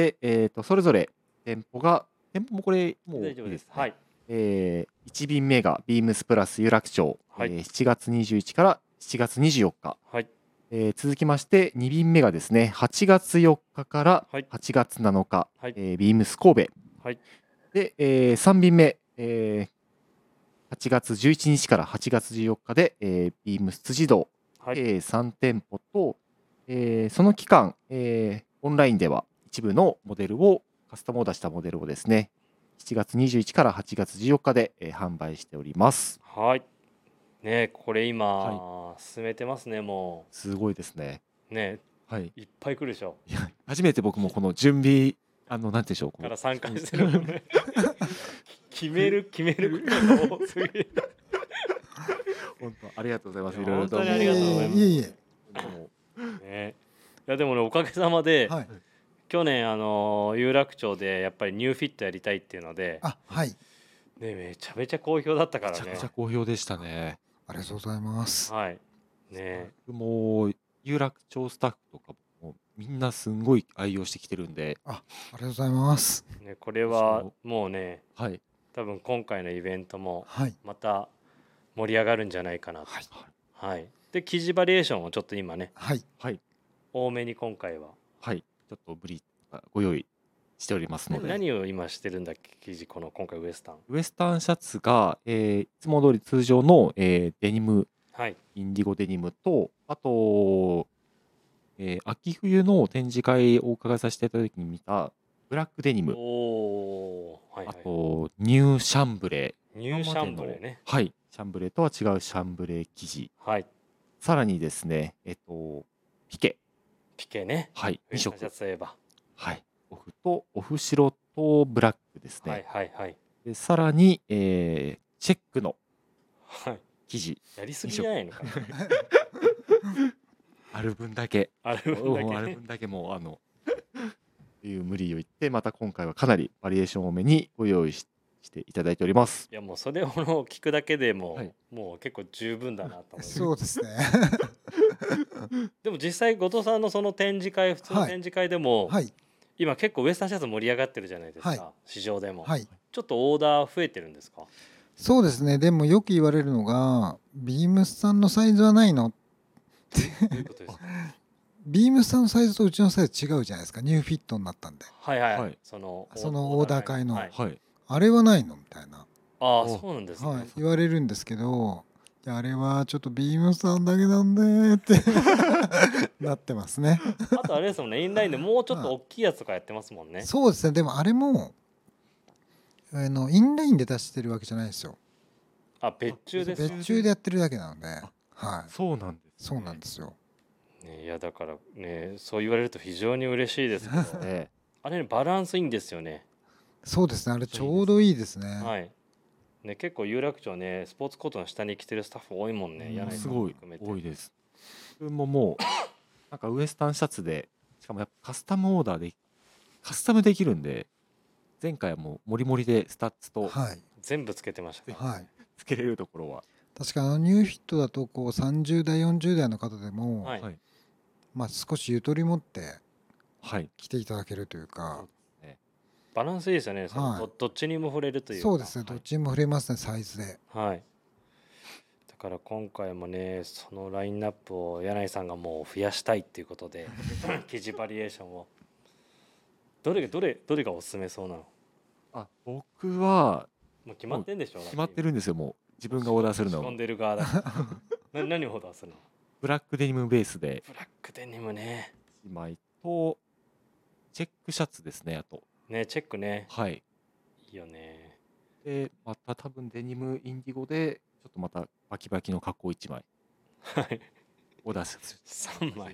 それぞれ店舗もこれもういいですね。はい。1便目がビームスプラス有楽町、7月21から7月24日。はい。続きまして2便目がですね8月4日から8月7日、ビームス神戸。はい。で、3便目、8月11日から8月14日で、ビームス辻堂、3店舗と、その期間、オンラインでは一部のモデルをカスタムオーダーしたモデルをですね7月21から8月14日で、販売しております。 はいね、これ今、進めてますね。もうすごいですね。 ね、いっぱい来るでしょ。 いや初めて僕もこの準備なんていうんでしょうから参加してるのね決めること多すぎる本当ありがとうございます。いろいろと本当にありがとうございます。ね、いやでもねおかげさまで、去年有楽町でやっぱりニューフィットやりたいっていうので、ね、めちゃめちゃ好評だったからね。 めちゃめちゃ好評でしたね。 ありがとうございます。 はい。ね。 もう有楽町スタッフとかもみんなすんごい愛用してきてるんで。 ありがとうございます。 ね、これはもうね、多分今回のイベントもまた盛り上がるんじゃないかなと。はい。で生地バリエーションをちょっと今ね、多めに今回は、 ちょっとご用意しておりますので。 何を今してるんだっけ、生地、今回ウエスタンシャツが、いつも通り通常の、デニム、インディゴデニムと、あと、秋冬の展示会をお伺いさせていただいた時に見たブラックデニム、あとニューシャンブレー、シャンブレーね、 シャンブレーとは違うシャンブレー生地、さらにですね、ピケね、 2色、 シャツといえば、 オフとオフ白とブラックですね。でさらに、チェックの生地、 やりすぎじゃないのかなある分だけもうっていう無理を言って、また今回はかなりバリエーション多めにご用意していただいております。 いやもうそれを聞くだけでも、もう結構十分だなと思います。 そうですねでも実際後藤さんのその展示会、普通の展示会でも、 今結構ウエスタンシャツ盛り上がってるじゃないですか、 はい、 市場でも、 はい、 ちょっとオーダー増えてるんですか？ そうですね。でもよく言われるのがビームスさんのサイズはないのってどういうことですか？ ビームスさんのサイズとうちのサイズ違うじゃないですか。ニューフィットになったんで、 はいはい、 はい、 そのオーダー会の、 はい、 あれはないのみたいな、 ああそうなんですね、 はい、言われるんですけど、あれはちょっとビームスさんだけなんでってなってますね。 あとあれですもんね、インラインでもうちょっと大きいやつとかやってますもんね。 そうですね。でもあれもインラインで出してるわけじゃないですよ。 あ、別注ですか？ 別注でやってるだけなので、はい、 そうなんです、 そうなんですよ。 ね、いやだからね、そう言われると非常に嬉しいですけどあれ、ね、バランスいいんですよね。 そうですね。あれちょうどいいですね。 はいね、結構有楽町ね、スポーツコートの下に着てるスタッフ多いもんね。 すごい多いです。自分ももうなんかウエスタンシャツで、しかもやっぱカスタムオーダーでカスタムできるんで、前回はもうモリモリでスタッツと、 はい、 全部つけてました、 はい、 つけれるところは確かニューフィットだとこう30代40代の方でも、 はい、 まあ少しゆとり持ってはい着ていただけるというか、 バランスいいですよね。 はい、 どっちにも触れるというか。 そうですね。どっちにも触れますね、サイズで。 はい。だから今回もね、そのラインナップを柳井さんがもう増やしたいっていうことで生地バリエーションをどれがおすすめそうなの？ 僕はもう決まってんでしょ？ 決まってるんですよ。もう自分がオーダーするの仕込んでる側だから何をオーダーするの？ ブラックデニムベースでブラックデニムね、 1枚とチェックシャツですね。あとね、チェックね、 はいいいよね。 でまた多分デニムインディゴでちょっとまたバキバキの格好1枚はいオーダーする 3枚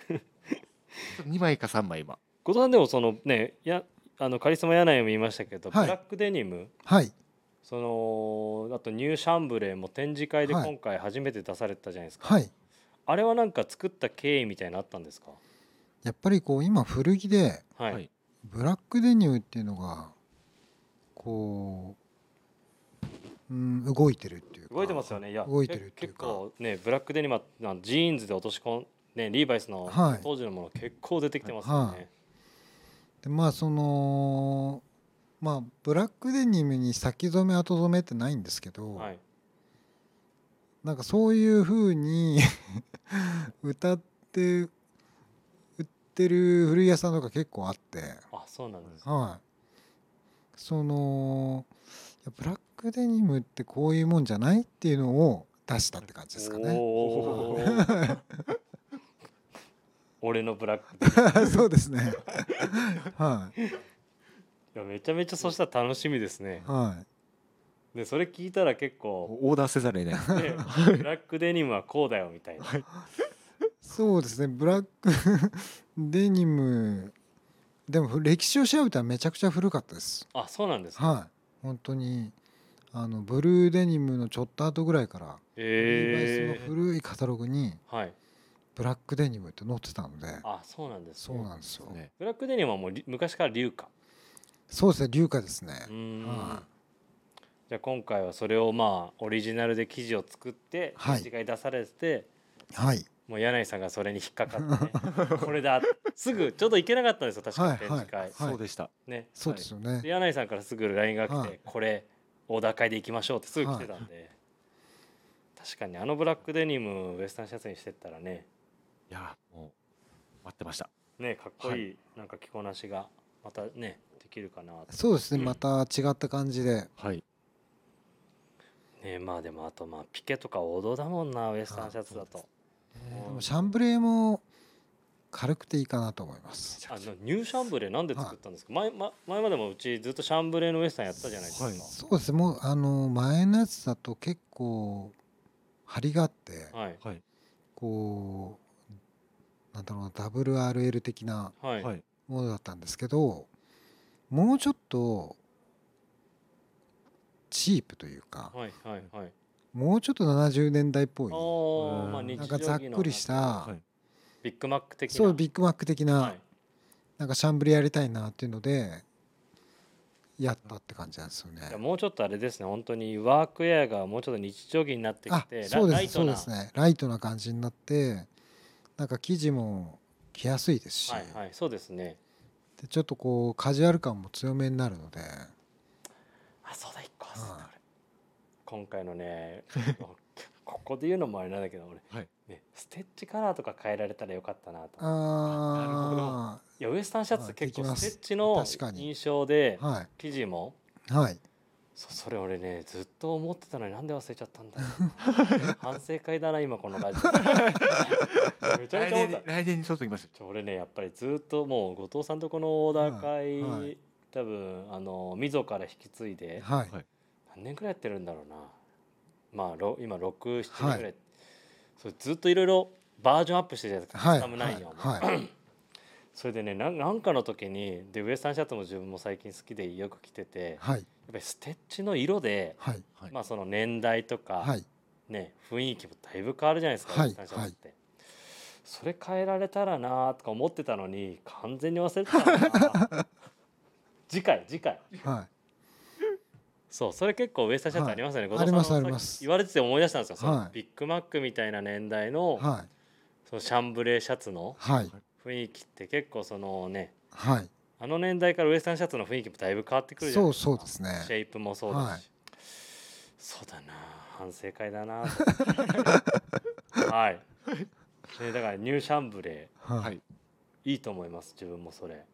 2枚か3枚今後藤さんでもそのね、カリスマ柳井も言いましたけど、 はい、 ブラックデニム、 はい、 そのあとニューシャンブレーも展示会で今回初めて出されてたじゃないですか、 はい、 あれはなんか作った経緯みたいなのあったんですか？ やっぱりこう今古着で、 はい、 ブラックデニムっていうのがこう、動いてるっていうか、 動いてますよね。いや動いてるっていうか、 結構ね、ブラックデニムはジーンズで落とし込んね、リーバイスの当時のもの結構出てきてますよね、 はい、でまあそのまあブラックデニムに先染め後染めってないんですけど、 はい、 なんかそういう風に歌って売ってる古着屋さんとか結構あって、 あ、そうなんです、 はい、そのブラックデニムってこういうもんじゃないっていうのを出したって感じですかね。 俺のブラックデニムそうですねはい、 いやめちゃめちゃそしたら楽しみですね。 はい、 でそれ聞いたら結構オーダーせざるを得ないね、ブラックデニムはこうだよみたいな、はい、 そうですね。ブラックデニムでも歴史を調べたらめちゃくちゃ古かったです。 あ、そうなんですか。 はい、本当にブルーデニムのちょっと後ぐらいからリーバイスの古いカタログにブラックデニムって載ってたので、 あ、そうなんですね。そうなんですよ。 ブラックデニムはもう昔から龍華。 そうですね、龍華ですね。 はい、じゃあ今回はそれをまあオリジナルで生地を作って展示会出されて、 はい、 もう柳井さんがそれに引っかかってねこれだすぐちょうど行けなかったんですよ、確かに展示会、 そうでしたね。 そうですよね。 で柳井さんからすぐ LINE が来て、これオーダー会で行きましょうってすぐ来てたんで、確かにブラックデニムウエスタンシャツにしてったらね、 いやもう待ってましたね、かっこいい、なんか着こなしがまたねできるかなと。 そうですね、また違った感じで、 はいね。まあでもあとピケとか王道だもんな、ウエスタンシャツだと。 でもシャンブレーも軽くていいかなと思います。 ニューシャンブレーなんで作ったんですか？前までもうちずっとシャンブレーのウエスタンやったじゃないですか。 そうですね、もう前のやつだと結構張りがあって、こうなんだろうな、WRL 的なものだったんですけど、もうちょっとチープというか、もうちょっと70年代っぽい、なんかざっくりしたビッグマック的な、 そうビッグマック的な、なんかシャンブレーやりたいなっていうのでやったって感じなんですよね。 もうちょっとあれですね、本当にワークウェアがもうちょっと日常着になってきて、 そうですね、ライトな感じになって、なんか生地も着やすいですし、 そうですね。 でちょっとこうカジュアル感も強めになるので、 そうだ1個今回のねここで言うのもあれなんだけど俺、ね、ステッチカラーとか変えられたらよかったなと。なるほど。いやウエスタンシャツって結構ステッチの印象で生地も、それ俺ねずっと思ってたのになんで忘れちゃったんだろう反省会だな今このラジオめちゃめちゃ思った。 来年にそうときます俺ねやっぱりずっともう後藤さんとこのオーダー会、多分溝から引き継いで、何年くらいやってるんだろうな。まあ今6、7年ぐらい、それずっといろいろバージョンアップしてるじゃないですか、カスタム内容も。それでねなんかの時にでウエスタンシャツも自分も最近好きでよく着てて、やっぱりステッチの色で、まあその年代とか、ね雰囲気もだいぶ変わるじゃないですか、ウエスタンシャツって。それ変えられたらなとか思ってたのに完全に忘れてたな次回そうそれ結構ウエスタンシャツありますよね、後藤さんの言われてて思い出したんですよ、そのビッグマックみたいな年代の、そのシャンブレーシャツの雰囲気って結構そのね、あの年代からウエスタンシャツの雰囲気もだいぶ変わってくるじゃないですか。 そうですね。 シェイプもそうだし、そうだな反省会だなだからニューシャンブレー、いいと思います自分もそれ。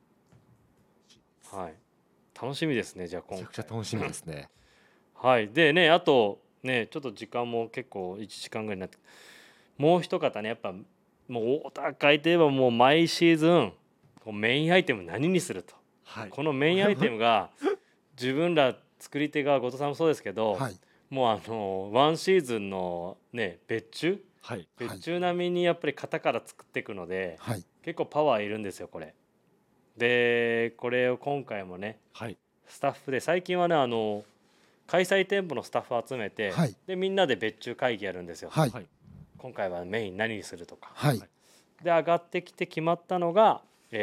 楽しみですね。じゃあ今回めちゃくちゃ楽しみですねでね、あとねちょっと時間も結構1時間ぐらいになって、もう一方ねやっぱもうオーダー会といえばもう毎シーズンメインアイテム何にすると、このメインアイテムが自分ら作り手が後藤さんもそうですけど、もうワンシーズンのね別注、別注並みにやっぱり型から作っていくので、結構パワーいるんですよこれ。でこれを今回もね、スタッフで最近はね開催店舗のスタッフを集めて、でみんなで別注会議やるんですよ。今回はメイン何にするとか、で上がってきて決まったのが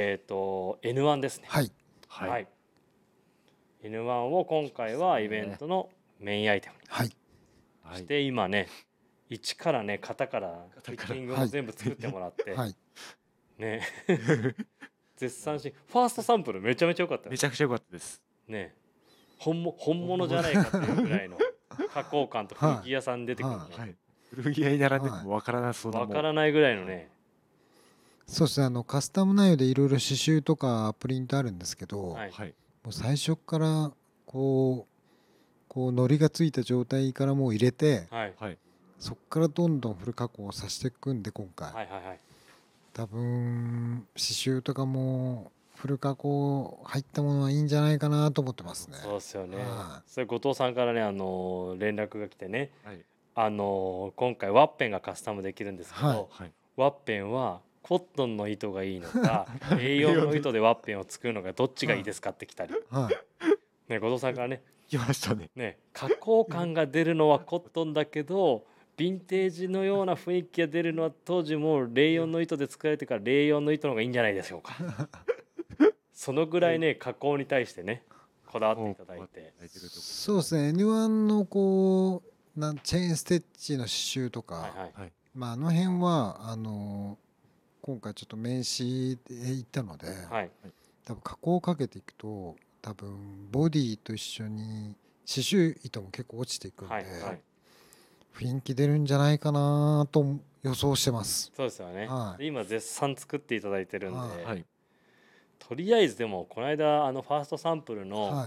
N1 ですね。N1 を今回はイベントのメインアイテムにして、今ね一からね型からフィッティングも全部作ってもらってね絶賛し、ファーストサンプルめちゃめちゃ良かった。 めちゃくちゃ良かったですね。本物じゃないかっていうぐらいの加工感と古着屋さん出てくるね。 古着屋に並んでも分からなそうな、 分からないぐらいのね。 そうですね。カスタム内容でいろいろ刺繍とかプリントあるんですけど、もう最初からこうのりがついた状態からもう入れて、そこからどんどんフル加工させていくんで今回。多分刺繍とかもフル加工入ったものはいいんじゃないかなと思ってますね。 そうですよね。それ後藤さんからね連絡が来てね、今回ワッペンがカスタムできるんですけど、ワッペンはコットンの糸がいいのかA4 の糸でワッペンを作るのかどっちがいいですかって来たり、ね後藤さんからね来ましたね。 加工感が出るのはコットンだけどヴィンテージのような雰囲気が出るのは当時もレイヨンの糸で作られてからレイヨンの糸の方がいいんじゃないでしょうかそのぐらいね加工に対してねこだわっていただいて。 そうですね。N1 のチェーンステッチの刺繍とか、あの辺は今回ちょっと名刺で行ったので、多分加工をかけていくと多分ボディと一緒に刺繍糸も結構落ちていくんで、雰囲気出るんじゃないかなと予想してます。 そうですよね。今絶賛作っていただいてるんで、とりあえずでもこの間ファーストサンプルの、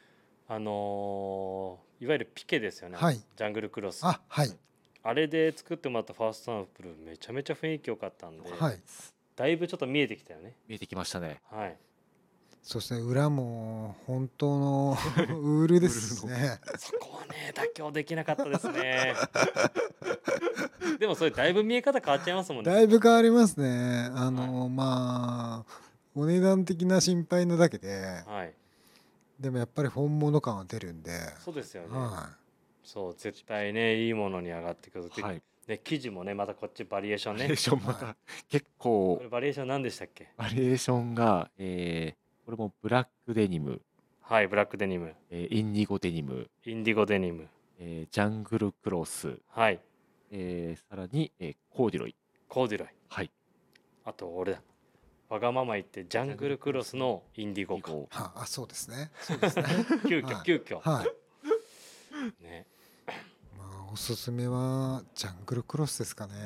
いわゆるピケですよね、ジャングルクロス、あれで作ってもらったファーストサンプルめちゃめちゃ雰囲気良かったんで、だいぶちょっと見えてきたよね。 見えてきましたね。 そうですね。裏も本当のウールですね。 そこはね妥協できなかったですねでもそれだいぶ見え方変わっちゃいますもんね。 だいぶ変わりますね。お値段的な心配なだけで、でもやっぱり本物感は出るんで。 そうですよね。そう絶対ねいいものに上がってくる。で生地もねまたこっちバリエーションね。 バリエーションまた結構。 これバリエーション何でしたっけ？ バリエーションがこれもブラックデニム、 ブラックデニム、 インディゴデニム、 ジャングルクロス、さらに、コーデュロイ、 あと俺だわがまま言ってジャングルクロスのインディゴか。 あ、そうですね。そうですね。 急遽。 はい。 ね。 まあおすすめはジャングルクロスですかね。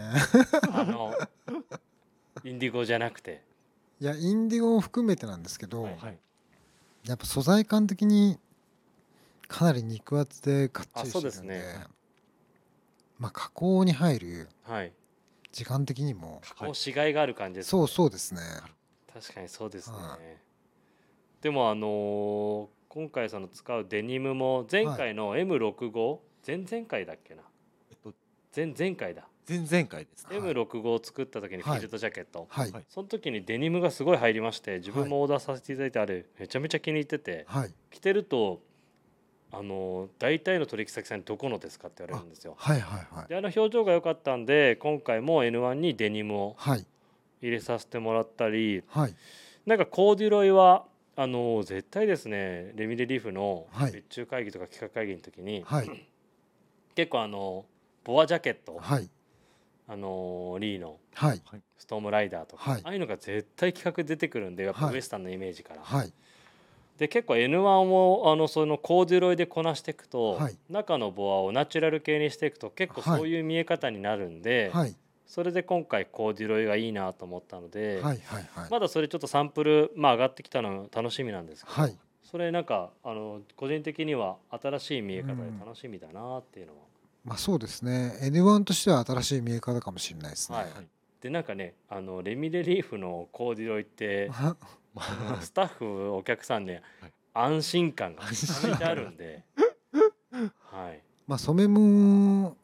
インディゴじゃなくて。 いやインディゴも含めてなんですけど、 はい、 やっぱ素材感的にかなり肉厚でがっちりしてるんで、 そうですね。 まあ加工に入る時間的にも加工しがいがある感じですね。そうですね。 確かにそうですね。でも今回その使うデニムも前回の M65、前々回だっけな。前々回だ。 前々回です。 M65 を作った時にフィールドジャケット、 はい、 その時にデニムがすごい入りまして、自分もオーダーさせていただいて、あれめちゃめちゃ気に入ってて、 はい、 着てると大体の取引先さんにどこのですかって言われるんですよ。で表情が良かったんで今回も N1 にデニムを入れさせてもらったり、なんかコーデュロイは絶対ですね、レミレリーフの別注会議とか企画会議の時に、結構ボアジャケット、リーのストームライダーとか、ああいうのが絶対企画出てくるんで、やっぱウエスタンのイメージから。で結構 N1 をそのコーデュロイでこなしていくと、中のボアをナチュラル系にしていくと結構そういう見え方になるんで、それで今回コーデュロイがいいなと思ったので、まだそれちょっとサンプル、上がってきたの楽しみなんですけど、それなんか個人的には新しい見え方で楽しみだなっていうのは、 まあそうですね。N1 としては新しい見え方かもしれないですね。 でなんかねレミレリーフのコーデュロイってスタッフお客さんね、安心感がめちゃめちゃあるんでまあ染めも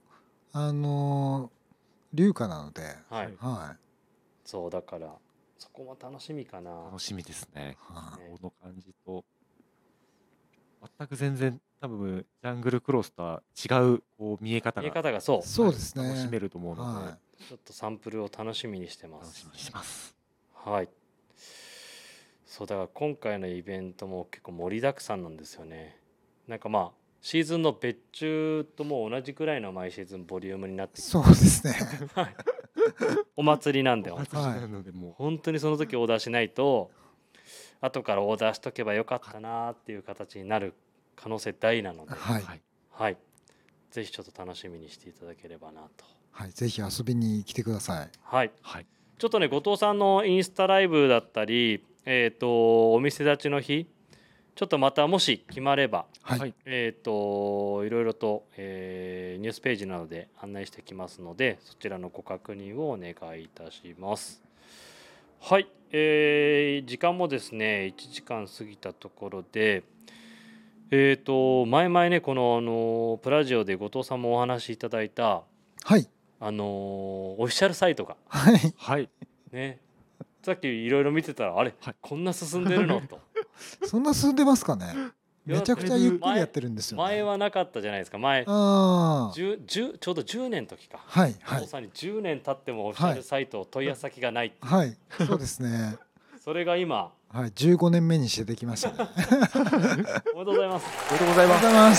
龍華なので、 そうだからそこも楽しみかな。 楽しみですね。この感じと全く全然多分ジャングルクロスとは違うこう見え方がそうですね、 楽しめると思うので、 ちょっとサンプルを楽しみにしてます。 楽しみにしてます。 はい。そうだから今回のイベントも結構盛りだくさんなんですよね。なんかシーズンの別注とも同じくらいの毎シーズンボリュームになってきて、 そうですね。 お祭りなんで、 本当にその時オーダーしないと後からオーダーしとけばよかったなっていう形になる可能性大なので、ぜひちょっと楽しみにしていただければなと。 ぜひ遊びに来てください。 ちょっとね後藤さんのインスタライブだったり、お店立ちの日ちょっとまたもし決まれば、いろいろと、ニュースページなどで案内してきますので、そちらのご確認をお願いいたします。はい、時間もですね1時間過ぎたところで、前々ねこのプラジオで後藤さんもお話しいただいた、オフィシャルサイトが、ね、さっきいろいろ見てたらあれ、こんな進んでるのとそんな進んでますかね。めちゃくちゃゆっくりやってるんですよ、ね、 前はなかったじゃないですか。前ちょうど10年の時か、後藤さんに10年経ってもオフィシャルサイト問い合わせ先がないって、 そうですね。 それが今 15年目にしてできましたね。 おめでとうございます。 おめでとうございます。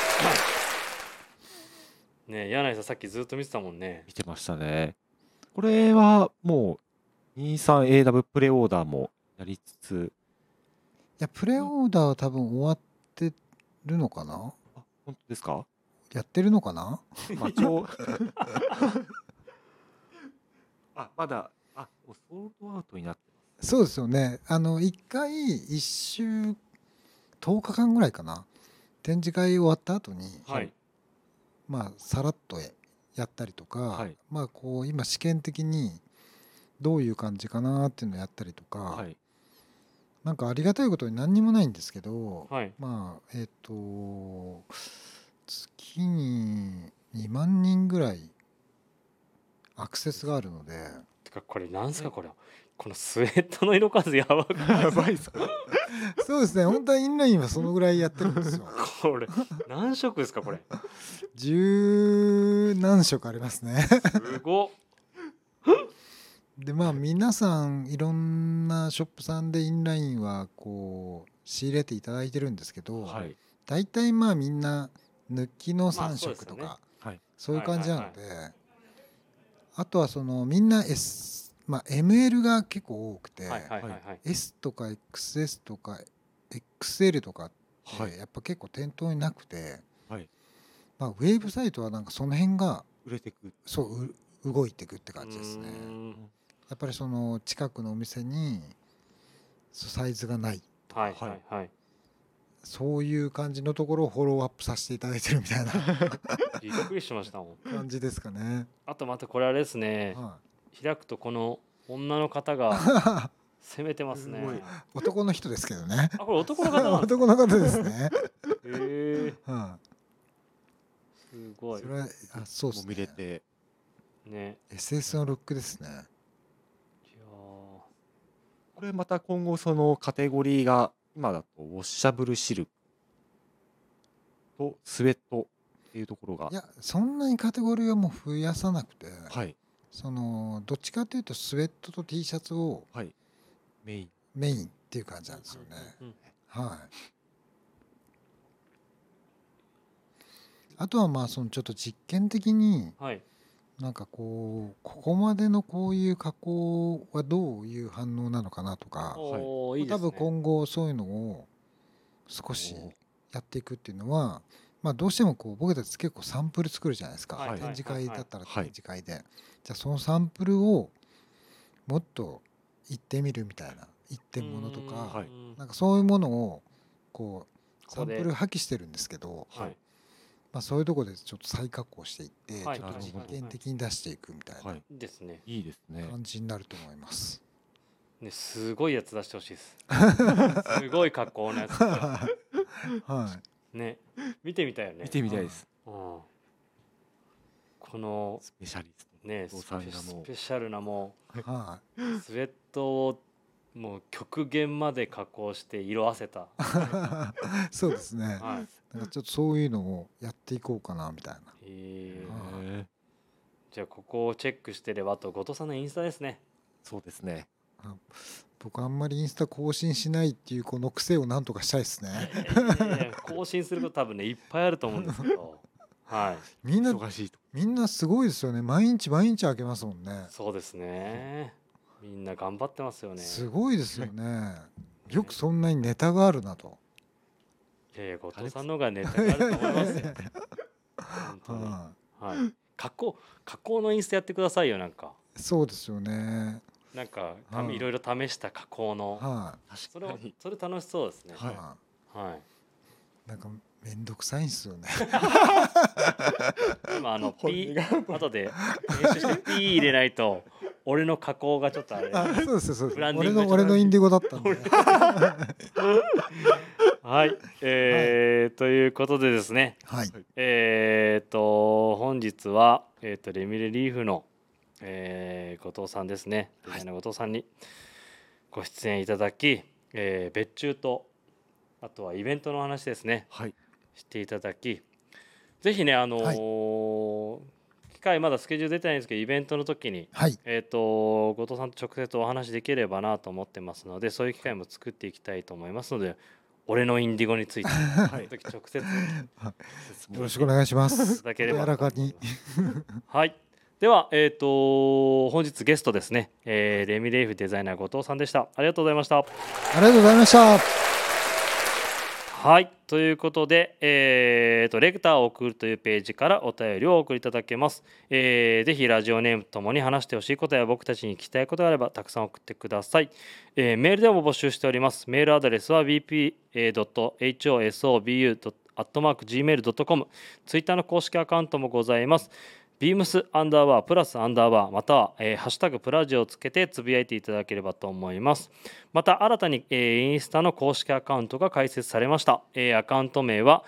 ね、柳井さんさっきずっと見てたもんね。 見てましたね。これはもう 23AW プレオーダーもやりつつ、 いやプレオーダーは多分終わってるのかな。 本当ですか。 やってるのかな。 まだもうソールドアウトになってます。 そうですよね。1回1週10日間ぐらいかな、展示会終わった後に、さらっとやったりとか、こう今試験的にどういう感じかなっていうのをやったりとか、なんかありがたいことに何にもないんですけど、月に2万人ぐらいアクセスがあるので。 てかこれなんすか、このスウェットの色数やばくない？ やばいですか。 そうですね、本当はインラインはそのぐらいやってるんですよ。 これ何色ですかこれ。 10何色ありますね。 すごっ。 で皆さんいろんなショップさんでインラインはこう仕入れていただいてるんですけど、大体みんな抜きの3色とか、そういう感じなので、あとはみんな ML が結構多くて、 はいはいはいはい、 S とか XS とか XL とかってやっぱ結構店頭になくて、 はい、 ウェブサイトはなんかその辺が売れてく、 そう動いてくって感じですね。やっぱりその近くのお店にサイズがないとか、 はいはいはい、 そういう感じのところをフォローアップさせていただいてるみたいなびっくりしましたもん感じですかね。 あとまたこれあれですね、開くとこの女の方が攻めてますね。 男の人ですけどね。 あ、これ男の方なんですか？ 男の方ですね。 へえ。すごい。 それはそうですね。 見れてね。 SS のルックですね。いやこれまた今後そのカテゴリーが今だとウォッシャブルシルクとスウェットっていうところが、 いやそんなにカテゴリーはもう増やさなくて、 はい、 そのどっちかというとスウェットと T シャツをメインっていう感じなんですよね。はい。あとはまあそのちょっと実験的に、なんかここまでのこういう加工はどういう反応なのかなとか、多分今後そういうのを少しやっていくっていうのは、どうしても僕たち結構サンプル作るじゃないですか。展示会だったら展示会で、じゃあそのサンプルをもっと言ってみるみたいな、一点物とか、なんかそういうものをサンプル破棄してるんですけど、そういうところでちょっと再加工していって、ちょっと実験的に出していくみたいな感じになると思います。 ね、すごいやつ出してほしいです。すごい格好のやつ。ね、見てみたいよね。 見てみたいです。 このスペシャリストね、スペシャルなもうスウェットをもう極限まで加工して色あせた。 そうですね。なんかちょっとそういうのをやっていこうかなみたいな。 じゃあここをチェックしてれば、あと後藤さんのインスタですね。 そうですね。 僕あんまりインスタ更新しないっていうこの癖をなんとかしたいですね。 更新すること多分ねいっぱいあると思うんですけど、 みんなすごいですよね。毎日開けますもんね。 そうですね。みんな頑張ってますよね。 すごいですよね。よくそんなにネタがあるなと。 いやいや、後藤さんの方がネタがあると思いますよ。本当に。加工のインスタやってくださいよ、なんか。 そうですよね。 なんかいろいろ試した加工の、それ楽しそうですね。 なんかめんどくさいんですよね。 今後で編集してピー入れないと俺の加工がちょっとあれ。 そうですそうです。俺のインディゴだったんで。 はい、ということでですね。本日はレミレリーフの後藤さんですね。デザイナー後藤さんにご出演いただき、別注とあとはイベントの話ですね。していただき、ぜひね機会まだスケジュール出てないんですけど、イベントの時に、後藤さんと直接お話できればなと思ってますので、そういう機会も作っていきたいと思いますので、俺のインディゴについて時直接よろしくお願いします。 いただければ。 柔らかに。 はい。では本日ゲストですね、レミレイフデザイナー後藤さんでした。ありがとうございました。 ありがとうございました。 はい、ということで、レクターを送るというページからお便りをお送りいただけます。ぜひラジオネームともに話してほしいことや僕たちに聞きたいことがあればたくさん送ってください。メールでも募集しております。メールアドレスは bp.hosobu@gmail.com、 ツイッターの公式アカウントもございます。beams_+_ または、ハッシュタグプラジオをつけてつぶやいていただければと思います。また新たに、インスタの公式アカウントが開設されました。アカウント名は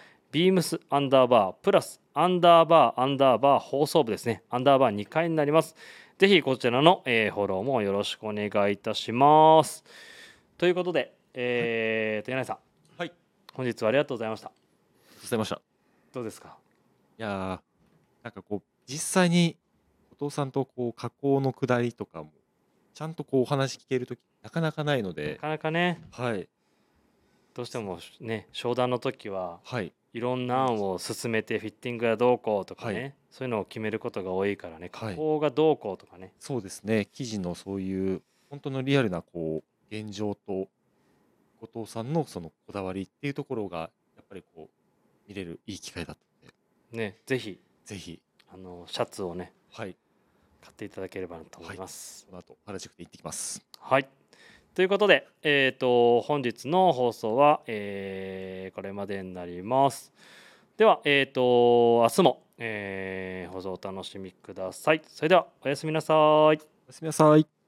beams_+_ 放送部ですね。アンダーバー2回になります。ぜひこちらの、フォローもよろしくお願いいたします。ということで、柳井さん、本日はありがとうございました。 ありがとうございました。 どうですか？ いやなんか実際に後藤さんと加工のくだりとかもちゃんとお話聞けるときなかなかないので、 なかなかね、どうしてもね、商談の時は、いろんな案を進めてフィッティングがどうこうとかね、 そういうのを決めることが多いからね、加工がどうこうとかね、 そうですね、記事のそういう本当のリアルなこう現状と後藤さんのそのこだわりっていうところがやっぱりこう見れるいい機会だったので、 ね、ぜひぜひシャツをね、 はい、 買っていただければなと思います。 この後原宿で行ってきます。 はい。ということで、本日の放送は、これまでになります。では、明日も、放送お楽しみください。それではおやすみなさい。おやすみなさい。